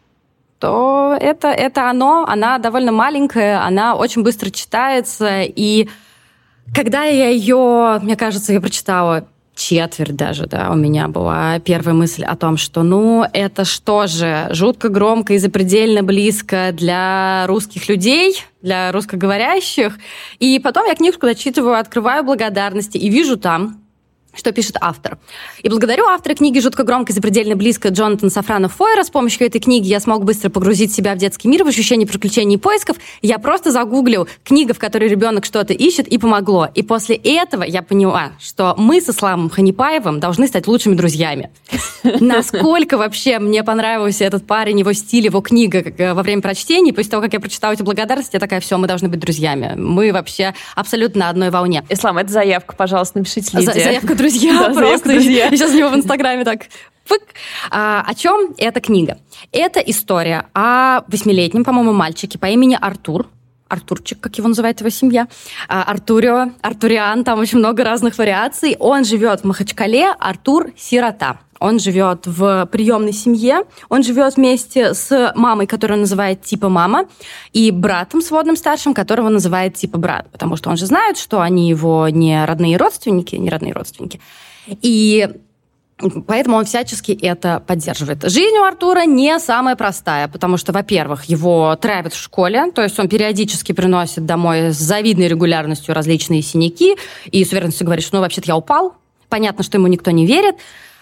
то это, это оно, она довольно маленькая, она очень быстро читается, и когда я ее, мне кажется, я прочитала четверть даже, да, у меня была первая мысль о том, что, ну, это что же, жутко громко и запредельно близко для русских людей, для русскоговорящих. И потом я книжку дочитываю, открываю благодарности и вижу там, что пишет автор. И благодарю автора книги «Жутко громко и запредельно близко» Джонатана Сафрана Фойера. С помощью этой книги я смог быстро погрузить себя в детский мир, в ощущение приключений и поисков. Я просто загуглил книга, в которой ребенок что-то ищет, и помогло. И после этого я поняла, что мы с Исламом Ханипаевым должны стать лучшими друзьями. Насколько вообще мне понравился этот парень, его стиль, его книга во время прочтения. После того, как я прочитала эти благодарности, я такая: все, мы должны быть друзьями. Мы вообще абсолютно на одной волне. Ислам, это заявка, пожалуйста, напишите Лидии. Заявка друзья. Друзья, да, просто. Друзья. Я сейчас у него в Инстаграме так... Фык. А, о чем эта книга? Это история о восьмилетнем, по-моему, мальчике по имени Артур. Артурчик, как его называет его семья. А, Артурио, Артуриан, там очень много разных вариаций. Он живет в Махачкале, Артур сирота. Он живет в приемной семье, он живет вместе с мамой, которую он называет типа мама, и братом сводным старшим, которого называет типа брат, потому что он же знает, что они его не родные родственники, не родные родственники. И поэтому он всячески это поддерживает. Жизнь у Артура не самая простая, потому что, во-первых, его травят в школе, то есть он периодически приносит домой с завидной регулярностью различные синяки и с уверенностью говорит, что ну вообще-то я упал. Понятно, что ему никто не верит.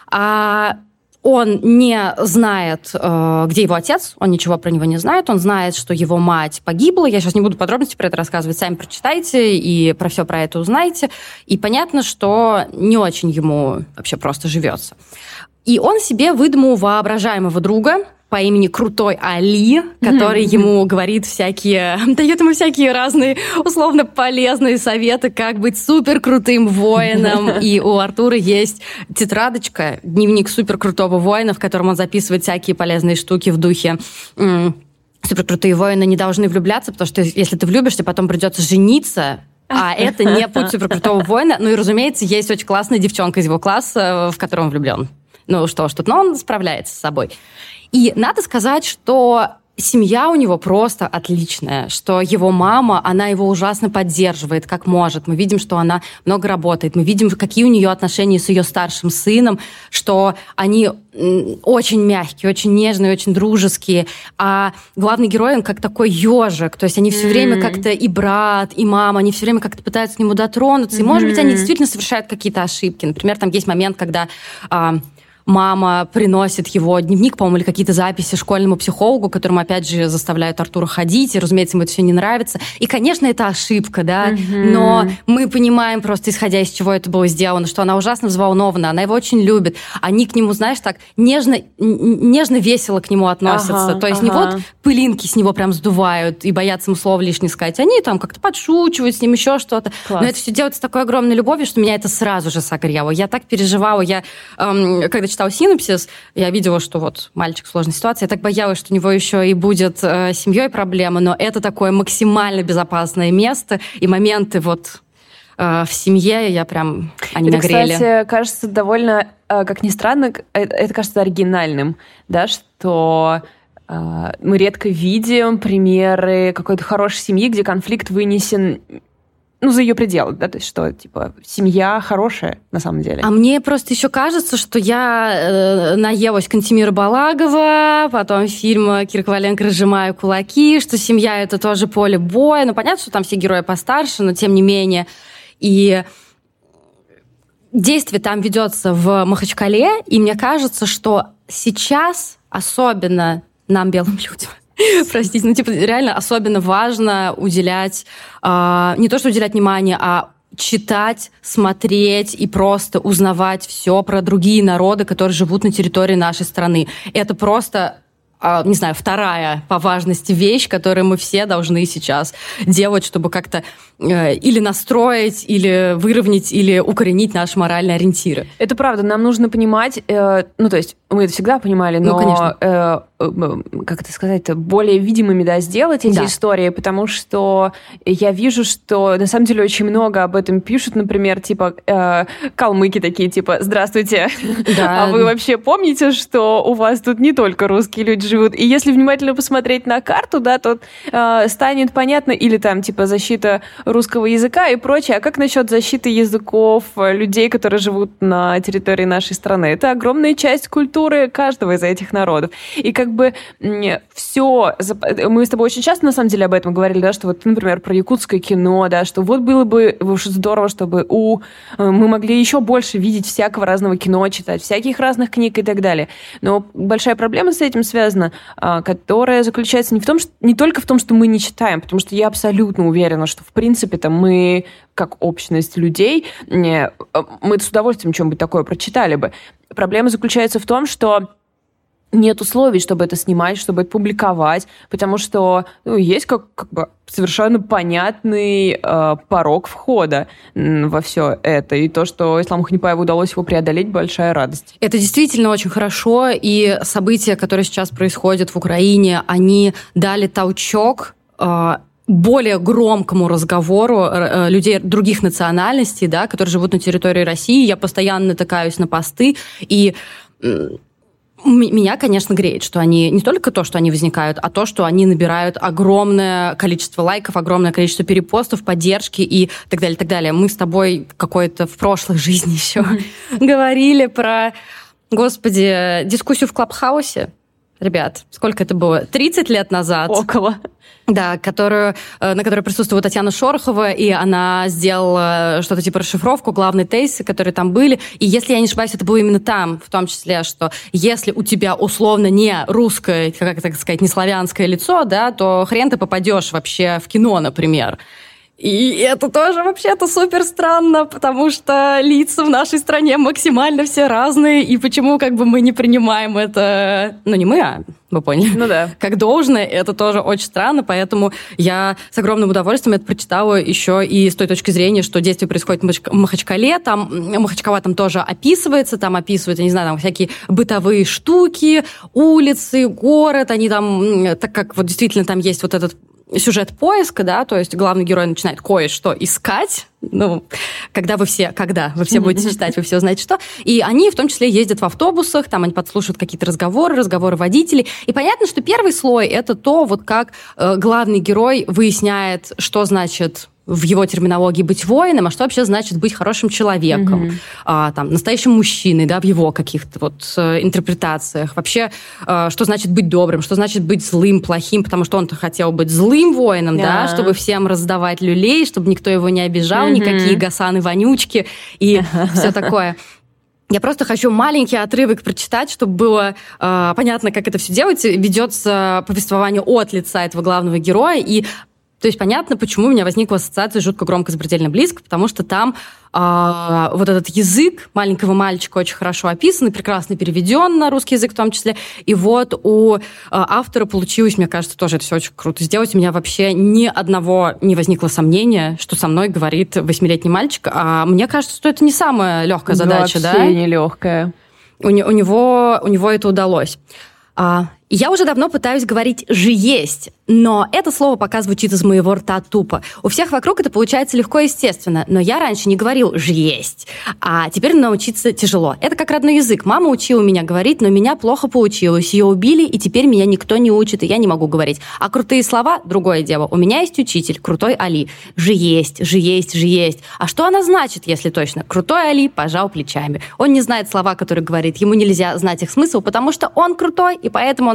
А он не знает, где его отец, он ничего про него не знает, он знает, что его мать погибла. Я сейчас не буду подробности про это рассказывать, сами прочитайте и про все про это узнаете. И понятно, что не очень ему вообще просто живется. И он себе выдумал воображаемого друга по имени Крутой Али, который mm-hmm. ему говорит всякие, дает ему всякие разные условно полезные советы, как быть суперкрутым воином. И у Артура есть тетрадочка, дневник суперкрутого воина, в котором он записывает всякие полезные штуки в духе... Суперкрутые воины не должны влюбляться, потому что если ты влюбишься, потом придется жениться, а это не путь суперкрутого воина. Ну и, разумеется, есть очень классная девчонка из его класса, в которую он влюблен. Ну что ж тут, но он справляется с собой. И надо сказать, что семья у него просто отличная, что его мама, она его ужасно поддерживает, как может. Мы видим, что она много работает, мы видим, какие у нее отношения с ее старшим сыном, что они очень мягкие, очень нежные, очень дружеские. А главный герой, он как такой ежик, то есть они все mm-hmm. время как-то и брат, и мама, они все время как-то пытаются к нему дотронуться, mm-hmm. и, может быть, они действительно совершают какие-то ошибки. Например, там есть момент, когда... Мама приносит его дневник, по-моему, или какие-то записи школьному психологу, которому, опять же, заставляют Артура ходить, и, разумеется, ему это все не нравится. И, конечно, это ошибка, да, mm-hmm. но мы понимаем просто, исходя из чего это было сделано, что она ужасно взволнована, она его очень любит. Они к нему, знаешь, так нежно, нежно весело к нему относятся. Ага, То есть ага. не вот пылинки с него прям сдувают и боятся ему слова лишнее сказать. Они там как-то подшучивают с ним, еще что-то. Класс. Но это все делается с такой огромной любовью, что меня это сразу же согрело. Я так переживала. Я, эм, когда читала «Синопсис», я видела, что вот мальчик в сложной ситуации. Я так боялась, что у него еще и будет э, с семьей проблемы, но это такое максимально безопасное место, и моменты вот э, в семье я прям... Они это, нагрели. Кстати, кажется довольно, э, как ни странно, это, это кажется оригинальным, да, что э, мы редко видим примеры какой-то хорошей семьи, где конфликт вынесен... Ну, за ее пределы, да, то есть что, типа, семья хорошая на самом деле. А мне просто еще кажется, что я э, наелась Кантемира Балагова, потом фильм Кира Коваленко «Разжимаю кулаки», что семья — это тоже поле боя. Ну, понятно, что там все герои постарше, но тем не менее. И действие там ведется в Махачкале, и мне кажется, что сейчас, особенно нам, белым людям, Простите, ну, типа, реально особенно важно уделять, э, не то что уделять внимание, а читать, смотреть и просто узнавать все про другие народы, которые живут на территории нашей страны. Это просто, не знаю, вторая по важности вещь, которую мы все должны сейчас делать, чтобы как-то или настроить, или выровнять, или укоренить наши моральные ориентиры. Это правда, нам нужно понимать, э, ну, то есть мы это всегда понимали, но, ну, конечно. Э, э, как это сказать, более видимыми, да, сделать эти да. истории, потому что я вижу, что на самом деле очень много об этом пишут, например, типа, э, калмыки такие, типа, здравствуйте, да. а вы вообще помните, что у вас тут не только русские люди живут? И если внимательно посмотреть на карту, да, то э, станет понятно, или там, типа, защита русского языка и прочее. А как насчет защиты языков людей, которые живут на территории нашей страны? Это огромная часть культуры каждого из этих народов. И как бы все... Мы с тобой очень часто, на самом деле, об этом говорили, да, что вот, например, про якутское кино, да, что вот было бы уж здорово, чтобы у... мы могли еще больше видеть всякого разного кино, читать всяких разных книг и так далее. Но большая проблема с этим связана, которая заключается не в том, что... не только в том, что мы не читаем, потому что я абсолютно уверена, что в принципе В принципе-то мы, как общность людей, мы с удовольствием что-нибудь такое прочитали бы. Проблема заключается в том, что нет условий, чтобы это снимать, чтобы это публиковать, потому что ну, есть как, как бы совершенно понятный э, порог входа во все это. И то, что Исламу Ханипаеву удалось его преодолеть, большая радость. Это действительно очень хорошо, и события, которые сейчас происходят в Украине, они дали толчок э, более громкому разговору людей других национальностей, да, которые живут на территории России. Я постоянно натыкаюсь на посты, и меня, конечно, греет, что они не только то, что они возникают, а то, что они набирают огромное количество лайков, огромное количество перепостов, поддержки и так далее, так далее. Мы с тобой какой-то в прошлой жизни еще mm-hmm. говорили про, господи, дискуссию в Клабхаусе. Ребят, сколько это было? тридцать лет назад. Около. Да, которую, на которой присутствовала Татьяна Шорохова, и она сделала что-то типа расшифровку, главные тезисы, которые там были. И если я не ошибаюсь, это было именно там, в том числе, что если у тебя условно не русское, как так сказать, не славянское лицо, да, то хрен ты попадешь вообще в кино, например. И это тоже вообще-то супер странно, потому что лица в нашей стране максимально все разные, и почему как бы мы не принимаем это, ну не мы, а вы поняли, ну да, как должное, это тоже очень странно, поэтому я с огромным удовольствием это прочитала еще и с той точки зрения, что действие происходит в Махачкале, там Махачкала там тоже описывается, там описываются, не знаю, там всякие бытовые штуки, улицы, город, они там, так как вот действительно там есть вот этот сюжет поиска, да, то есть главный герой начинает кое-что искать, ну, когда вы все, когда вы все будете читать, вы все узнаете, что. И они в том числе ездят в автобусах, там они подслушивают какие-то разговоры, разговоры водителей. И понятно, что первый слой — это то, вот как э, главный герой выясняет, что значит в его терминологии быть воином, а что вообще значит быть хорошим человеком, mm-hmm. а, там, настоящим мужчиной, да, в его каких-то вот э, интерпретациях. Вообще, э, что значит быть добрым, что значит быть злым, плохим, потому что он-то хотел быть злым воином, yeah. да, чтобы всем раздавать люлей, чтобы никто его не обижал, mm-hmm. никакие гасаны-вонючки и все такое. Я просто хочу маленький отрывок прочитать, чтобы было э, понятно, как это все делается. Ведется повествование от лица этого главного героя, и то есть понятно, почему у меня возникла ассоциация жутко громко запредельно близко, потому что там э, вот этот язык маленького мальчика очень хорошо описан и прекрасно переведен на русский язык в том числе. И вот у э, автора получилось, мне кажется, тоже это все очень круто сделать. У меня вообще ни одного не возникло сомнения, что со мной говорит восьмилетний мальчик. А мне кажется, что это не самая легкая задача, да? Вообще не легкая. У, у, него, у него это удалось. А, я уже давно пытаюсь говорить «же есть», но это слово пока звучит из моего рта тупо. У всех вокруг это получается легко и естественно, но я раньше не говорил «же есть», а теперь научиться тяжело. Это как родной язык. Мама учила меня говорить, но меня плохо получилось. Ее убили, и теперь меня никто не учит, и я не могу говорить. А крутые слова — другое дело. У меня есть учитель, крутой Али. «Же есть», «же есть», «же есть». А что она значит, если точно? Крутой Али пожал плечами. Он не знает слова, которые говорит. Ему нельзя знать их смысл, потому что он крутой, и поэтому он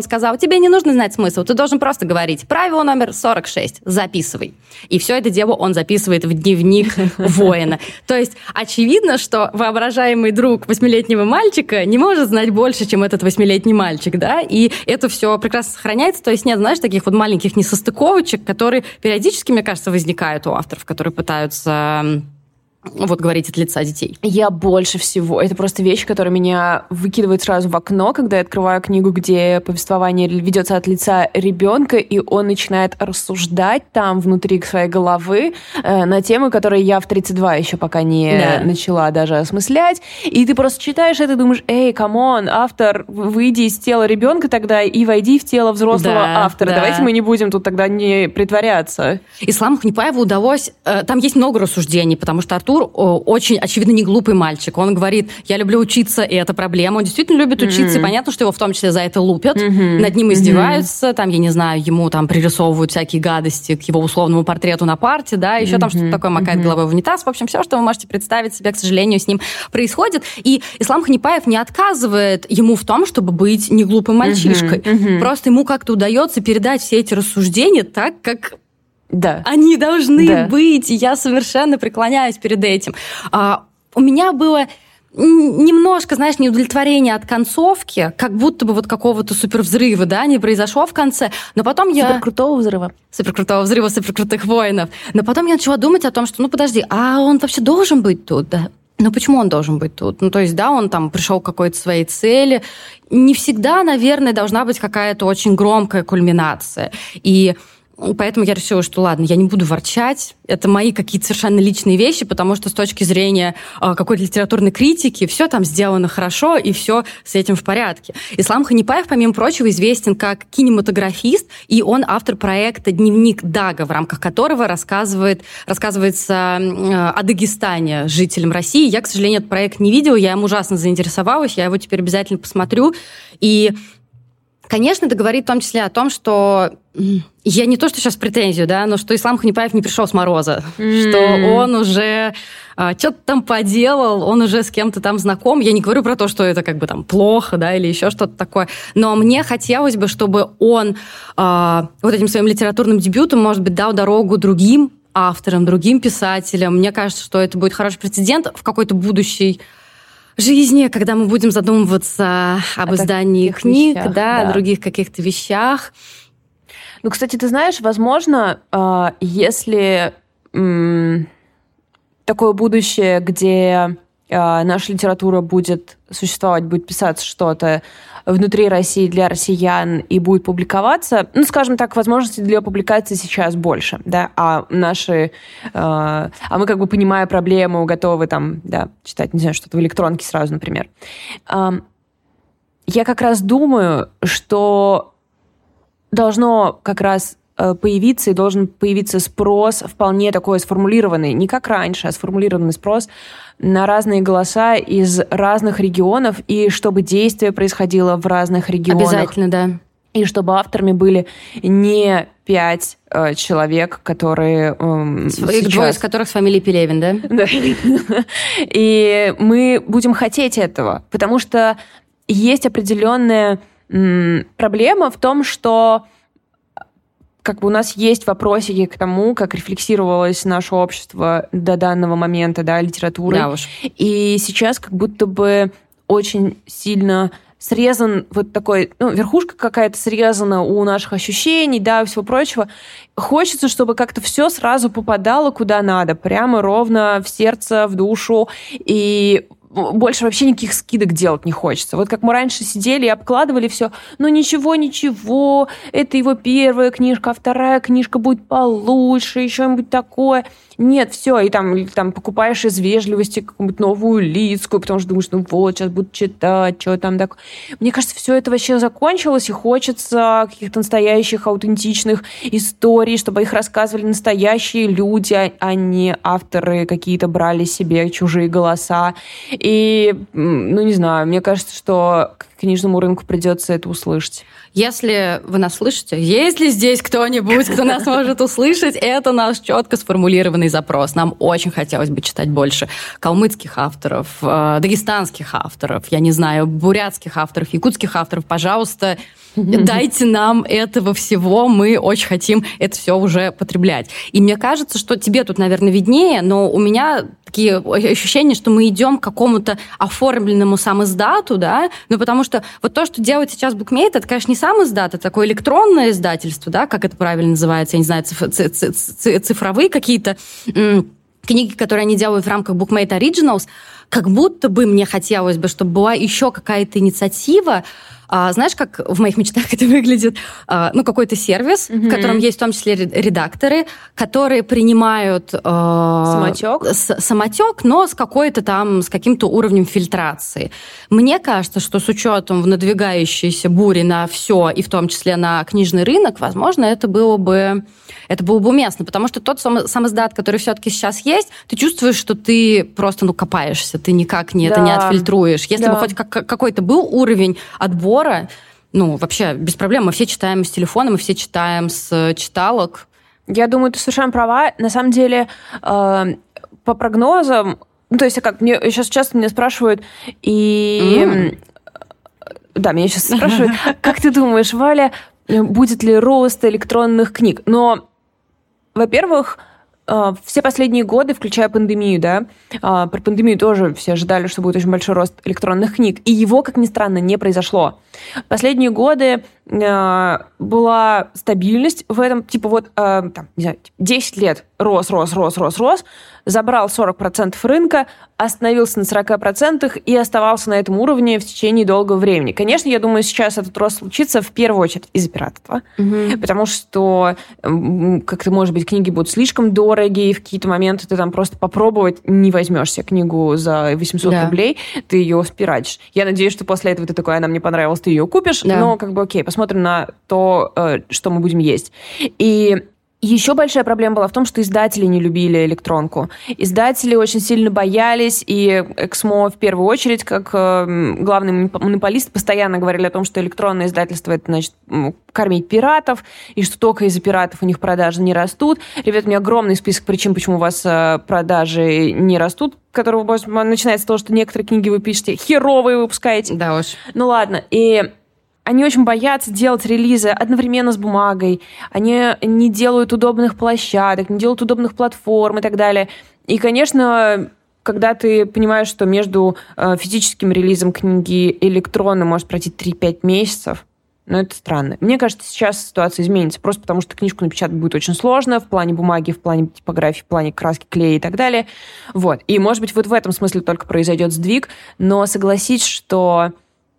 сказал, тебе не нужно знать смысл, ты должен просто говорить правило номер сорок шесть, записывай. И все это дело он записывает в дневник воина. То есть очевидно, что воображаемый друг восьмилетнего мальчика не может знать больше, чем этот восьмилетний мальчик, да, и это все прекрасно сохраняется, то есть нет, знаешь, таких вот маленьких несостыковочек, которые периодически, мне кажется, возникают у авторов, которые пытаются... вот говорить от лица детей. Я больше всего... Это просто вещь, которая меня выкидывает сразу в окно, когда я открываю книгу, где повествование ведется от лица ребенка, и он начинает рассуждать там внутри своей головы э, на темы, которые я в тридцать два еще пока не да. начала даже осмыслять. И ты просто читаешь это и думаешь, эй, камон, автор, выйди из тела ребенка тогда и войди в тело взрослого да, автора. Да. Давайте мы не будем тут тогда не притворяться. Исламу Ханипаеву удалось... Э, там есть много рассуждений, потому что Артур очень, очевидно, не глупый мальчик. Он говорит, я люблю учиться, и это проблема. Он действительно любит учиться, mm-hmm. и понятно, что его в том числе за это лупят, mm-hmm. над ним издеваются, mm-hmm. там, я не знаю, ему там пририсовывают всякие гадости к его условному портрету на парте, да, еще mm-hmm. там что-то такое макает mm-hmm. головой в унитаз. В общем, все, что вы можете представить себе, к сожалению, с ним происходит. И Ислам Ханипаев не отказывает ему в том, чтобы быть не глупым мальчишкой. Mm-hmm. Mm-hmm. Просто ему как-то удается передать все эти рассуждения так, как... Да. Они должны да. быть, и я совершенно преклоняюсь перед этим. А, у меня было немножко, знаешь, неудовлетворение от концовки, как будто бы вот какого-то супервзрыва, да, не произошло в конце, но потом я... Суперкрутого взрыва. Суперкрутого взрыва, суперкрутых воинов. Но потом я начала думать о том, что, ну, подожди, а он вообще должен быть тут, да? Ну, почему он должен быть тут? Ну, то есть, да, он там пришел к какой-то своей цели. Не всегда, наверное, должна быть какая-то очень громкая кульминация. И поэтому я решила, что ладно, я не буду ворчать. Это мои какие-то совершенно личные вещи, потому что с точки зрения э, какой-то литературной критики все там сделано хорошо, и все с этим в порядке. Ислам Ханипаев, помимо прочего, известен как кинематографист, и он автор проекта «Дневник Дага», в рамках которого рассказывает, рассказывается э, о Дагестане жителям России. Я, к сожалению, этот проект не видела, я им ужасно заинтересовалась, я его теперь обязательно посмотрю. И конечно, это говорит в том числе о том, что я не то, что сейчас претензию, да, но что Ислам Ханипаев не пришел с мороза, mm. что он уже а, что-то там поделал, он уже с кем-то там знаком. Я не говорю про то, что это как бы там плохо, да, или еще что-то такое, но мне хотелось бы, чтобы он а, вот этим своим литературным дебютом, может быть, дал дорогу другим авторам, другим писателям. Мне кажется, что это будет хороший прецедент в какой-то будущей жизни, когда мы будем задумываться об о издании книг, вещах, да, да. о других каких-то вещах. Ну, кстати, ты знаешь, возможно, если такое будущее, где наша литература будет существовать, будет писаться что-то внутри России для россиян и будет публиковаться, ну, скажем так, возможностей для публикации сейчас больше, да, а наши, э, а мы как бы, понимая проблему, готовы там, да, читать, не знаю, что-то в электронке сразу, например. Э, я как раз думаю, что должно как раз появиться, и должен появиться спрос вполне такой сформулированный, не как раньше, а сформулированный спрос на разные голоса из разных регионов, и чтобы действие происходило в разных регионах. Обязательно, да. И чтобы авторами были не пять э, человек, которые... Э, сейчас... Двое из которых с фамилией Пелевин, да? Да. И мы будем хотеть этого, потому что есть определенная м, проблема в том, что как бы у нас есть вопросики к тому, как рефлексировалось наше общество до данного момента, да, литературой. Да уж. И сейчас как будто бы очень сильно срезан вот такой, ну, верхушка какая-то срезана у наших ощущений, да, и всего прочего. Хочется, чтобы как-то все сразу попадало куда надо, прямо ровно в сердце, в душу, и больше вообще никаких скидок делать не хочется. Вот как мы раньше сидели и обкладывали все, ну ничего, ничего, это его первая книжка, а вторая книжка будет получше, еще что-нибудь такое. Нет, все, и там, там покупаешь из вежливости какую-нибудь новую Лицкую, потому что думаешь, ну вот, сейчас буду читать, что там такое. Мне кажется, все это вообще закончилось, и хочется каких-то настоящих, аутентичных историй, чтобы их рассказывали настоящие люди, а не авторы какие-то брали себе чужие голоса. И, ну, не знаю, мне кажется, что к книжному рынку придется это услышать. Если вы нас слышите, есть ли здесь кто-нибудь, кто нас может услышать, это наш четко сформулированный запрос. Нам очень хотелось бы читать больше калмыцких авторов, дагестанских авторов, я не знаю, бурятских авторов, якутских авторов. Пожалуйста, дайте нам этого всего, мы очень хотим это все уже потреблять. И мне кажется, что тебе тут, наверное, виднее, но у меня такие ощущения, что мы идем к какому-то оформленному самиздату, да, ну, потому что вот то, что делает сейчас Bookmate, это, конечно, не самиздат, это такое электронное издательство, да, как это правильно называется, я не знаю, цифровые какие-то книги, которые они делают в рамках Bookmate Originals, как будто бы мне хотелось бы, чтобы была еще какая-то инициатива. А, знаешь, как в моих мечтах это выглядит? А, ну, какой-то сервис, mm-hmm. в котором есть в том числе редакторы, которые принимают э, самотек. С, самотек, но с какой-то там, с каким-то уровнем фильтрации. Мне кажется, что с учетом в надвигающейся бури на все, и в том числе на книжный рынок, возможно, это было бы, это было бы уместно, потому что тот сам, самиздат, который все-таки сейчас есть, ты чувствуешь, что ты просто, ну, копаешься, ты никак не, да. это не отфильтруешь. Если да. бы хоть как, какой-то был уровень отбора, ну, вообще, без проблем. Мы все читаем с телефона, мы все читаем с читалок. Я думаю, ты совершенно права. На самом деле, э, по прогнозам... Ну, то есть, как мне сейчас часто меня спрашивают, и... Mm. Да, меня сейчас спрашивают, как ты думаешь, Валя, будет ли рост электронных книг? Но, во-первых, все последние годы, включая пандемию, да, про пандемию тоже все ожидали, что будет очень большой рост электронных книг, и его, как ни странно, не произошло. Последние годы была стабильность в этом, типа вот, там, не знаю, десять лет рос, рос, рос, рос, рос, забрал сорок процентов рынка, остановился на сорок процентов и оставался на этом уровне в течение долгого времени. Конечно, я думаю, сейчас этот рост случится в первую очередь из-за пиратства, угу. потому что как-то, может быть, книги будут слишком дорогие, и в какие-то моменты ты там просто попробовать не возьмешь себе книгу за восемьсот да. рублей, ты ее спиратишь. Я надеюсь, что после этого ты такой, она мне понравилась, ты ее купишь, да. но как бы окей, посмотрим на то, что мы будем есть. И еще большая проблема была в том, что издатели не любили электронку. Издатели очень сильно боялись, и Эксмо в первую очередь, как главный монополист, постоянно говорили о том, что электронное издательство — это, значит, кормить пиратов, и что только из-за пиратов у них продажи не растут. Ребята, у меня огромный список причин, почему у вас продажи не растут, который начинается с того, что некоторые книги вы пишете херовые выпускаете. Да уж. Ну ладно, и... Они очень боятся делать релизы одновременно с бумагой. Они не делают удобных площадок, не делают удобных платформ и так далее. И, конечно, когда ты понимаешь, что между физическим релизом книги и электронным может пройти три-пять месяцев, ну, это странно. Мне кажется, сейчас ситуация изменится, просто потому что книжку напечатать будет очень сложно в плане бумаги, в плане типографии, в плане краски, клея и так далее. Вот. И, может быть, вот в этом смысле только произойдет сдвиг, но согласись, что...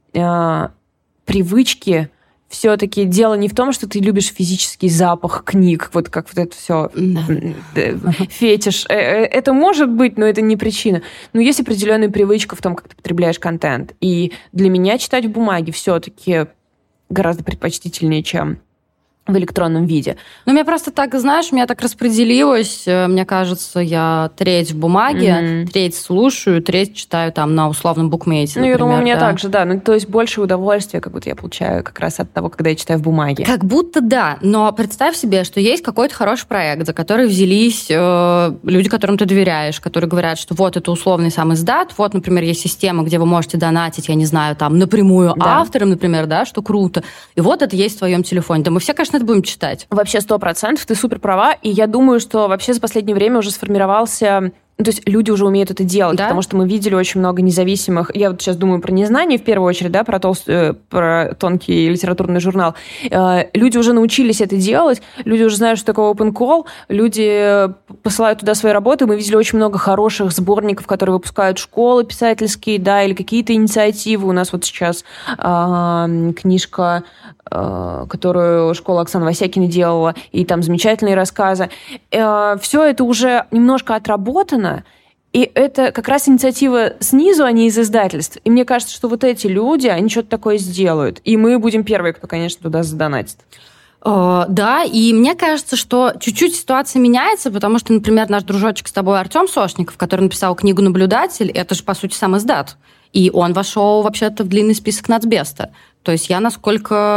привычки все-таки дело не в том, что ты любишь физический запах книг, вот как вот это все да. фетиш. Это может быть, но это не причина. Но есть определенная привычка в том, как ты потребляешь контент. И для меня читать в бумаге все-таки гораздо предпочтительнее, чем в электронном виде. Ну, мне просто так, знаешь, у меня так распределилось. Мне кажется, я треть в бумаге, mm-hmm. треть слушаю, треть читаю там на условном букмейте, Ну, например, я думаю, у меня да. так же, да. Ну, то есть больше удовольствия как будто я получаю как раз от того, когда я читаю в бумаге. Как будто да, но представь себе, что есть какой-то хороший проект, за который взялись э, люди, которым ты доверяешь, которые говорят, что вот это условный самиздат, вот, например, есть система, где вы можете донатить, я не знаю, там, напрямую да. авторам, например, да, что круто. И вот это есть в твоем телефоне. Да мы все, конечно, это будем читать. Вообще сто процентов, ты супер права, и я думаю, что вообще за последнее время уже сформировался... Ну, то есть люди уже умеют это делать, да? Потому что мы видели очень много независимых... Я вот сейчас думаю про «Незнание» в первую очередь, да, про, толст... про тонкий литературный журнал. Люди уже научились это делать, люди уже знают, что такое open call, люди посылают туда свои работы. Мы видели очень много хороших сборников, которые выпускают школы писательские, да, или какие-то инициативы. У нас вот сейчас э, книжка, э, которую школа Оксаны Васякиной делала, и там замечательные рассказы. Э, все это уже немножко отработано, и это как раз инициатива снизу, а не из издательств. И мне кажется, что вот эти люди, они что-то такое сделают. И мы будем первые, кто, конечно, туда задонатит. Uh, да, и мне кажется, что чуть-чуть ситуация меняется, потому что, например, наш дружочек с тобой Артем Сошников, который написал книгу «Наблюдатель», это же, по сути, сам издат. И он вошел вообще-то в длинный список Нацбеста. То есть я, насколько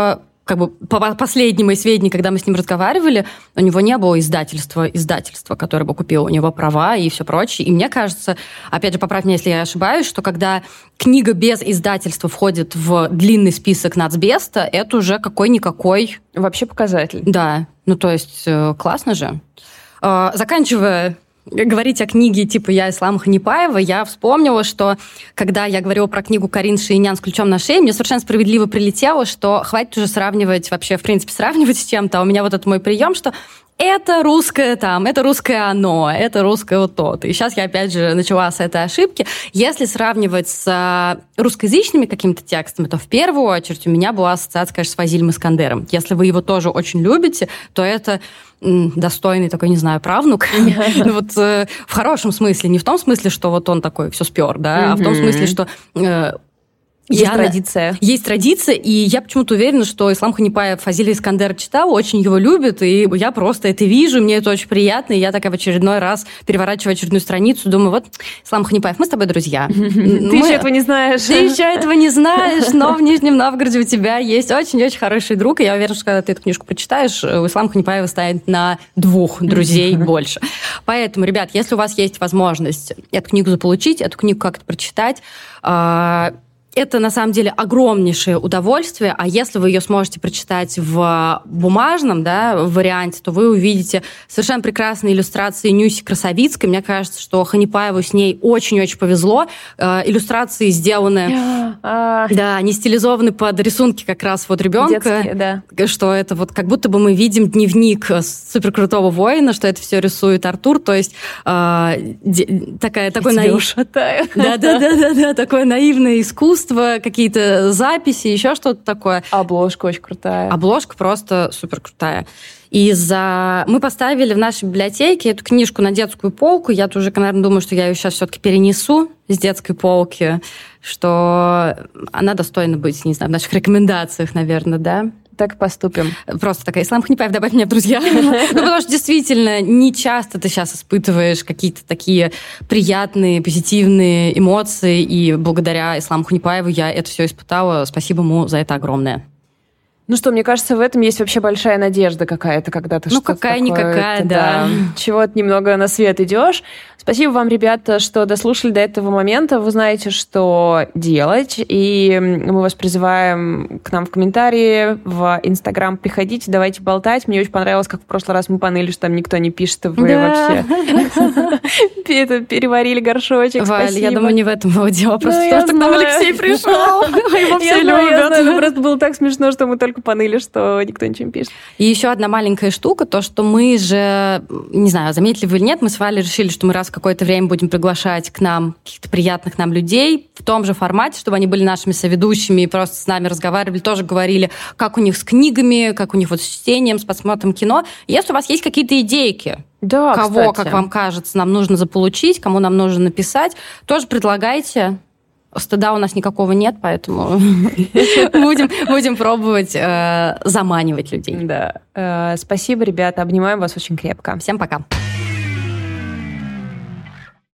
как бы по последним моим сведениям, когда мы с ним разговаривали, у него не было издательства, издательства, которое бы купило у него права и все прочее. И мне кажется, опять же, поправь меня, если я ошибаюсь, что когда книга без издательства входит в длинный список нацбеста, это уже какой-никакой... Вообще показатель. Да, ну то есть классно же. Заканчивая говорить о книге типа «Я Ислама Ханипаева», я вспомнила, что когда я говорила про книгу Карин Шаинян «С ключом на шее», мне совершенно справедливо прилетело, что хватит уже сравнивать, вообще, в принципе, сравнивать с чем-то. А у меня вот этот мой прием, что это русское там, это русское оно, это русское вот то-то. И сейчас я опять же начала с этой ошибки. Если сравнивать с русскоязычными какими-то текстами, то в первую очередь у меня была ассоциация, конечно, с Фазилем Искандером. Если вы его тоже очень любите, то это достойный такой, не знаю, правнук. Вот в хорошем смысле, не в том смысле, что вот он такой все спер, да, а в том смысле, что Есть я, традиция. Есть традиция, и я почему-то уверена, что Ислам Ханипаев Фазиля Искандера читал, очень его любит, и я просто это вижу, мне это очень приятно, и я такая в очередной раз переворачиваю очередную страницу, думаю, вот, Ислам Ханипаев, мы с тобой друзья. Ты еще этого не знаешь. Ты еще этого не знаешь, но в Нижнем Новгороде у тебя есть очень-очень хороший друг, и я уверена, что когда ты эту книжку прочитаешь, у Ислама Ханипаева станет на двух друзей больше. Поэтому, ребят, если у вас есть возможность эту книгу заполучить, эту книгу как-то прочитать, это, на самом деле, огромнейшее удовольствие, а если вы ее сможете прочитать в бумажном, да, варианте, то вы увидите совершенно прекрасные иллюстрации Нюси Красовицкой. Мне кажется, что Ханипаеву с ней очень-очень повезло. Э, иллюстрации сделаны, да, не стилизованы под рисунки как раз вот ребенка. Детские, да. Что это вот как будто бы мы видим дневник суперкрутого воина, что это все рисует Артур, то есть э, де, такая, такой наив... Да-да-да, такое наивное искусство, какие-то записи, еще что-то такое. Обложка очень крутая. Обложка просто супер крутая. И за... мы поставили в нашей библиотеке эту книжку на детскую полку. Я тоже, наверное, думаю, что я ее сейчас все-таки перенесу с детской полки, что она достойна быть, не знаю, в наших рекомендациях, наверное, да? Так поступим. Просто такая, Ислам Ханипаев, добавь меня в друзья. Ну, потому что действительно не часто ты сейчас испытываешь какие-то такие приятные, позитивные эмоции, и благодаря Исламу Ханипаеву я это все испытала. Спасибо ему за это огромное. Ну что, мне кажется, в этом есть вообще большая надежда какая-то, когда ты ну, что-то какая-никакая, такое, да. да. Чего-то немного на свет идешь. Спасибо вам, ребята, что дослушали до этого момента. Вы знаете, что делать. И мы вас призываем к нам в комментарии, в Инстаграм приходите, давайте болтать. Мне очень понравилось, как в прошлый раз мы поныли, что там никто не пишет. Вы вообще переварили горшочек. Валь, я думаю, не в этом было дело. Просто потому что к нам Алексей пришел. Его все любят. Просто было так смешно, что мы только поныли, что никто ничего не пишет. И еще одна маленькая штука, то, что мы же, не знаю, заметили вы или нет, мы с Валей решили, что мы раз в какое-то время будем приглашать к нам каких-то приятных нам людей в том же формате, чтобы они были нашими соведущими и просто с нами разговаривали, тоже говорили, как у них с книгами, как у них вот с чтением, с просмотром кино. Если у вас есть какие-то идейки, да, кого, кстати. как вам кажется, нам нужно заполучить, кому нам нужно написать, тоже предлагайте. Стыда у нас никакого нет, поэтому будем, будем пробовать э, заманивать людей. Да. Э, спасибо, ребята. Обнимаем вас очень крепко. Всем пока.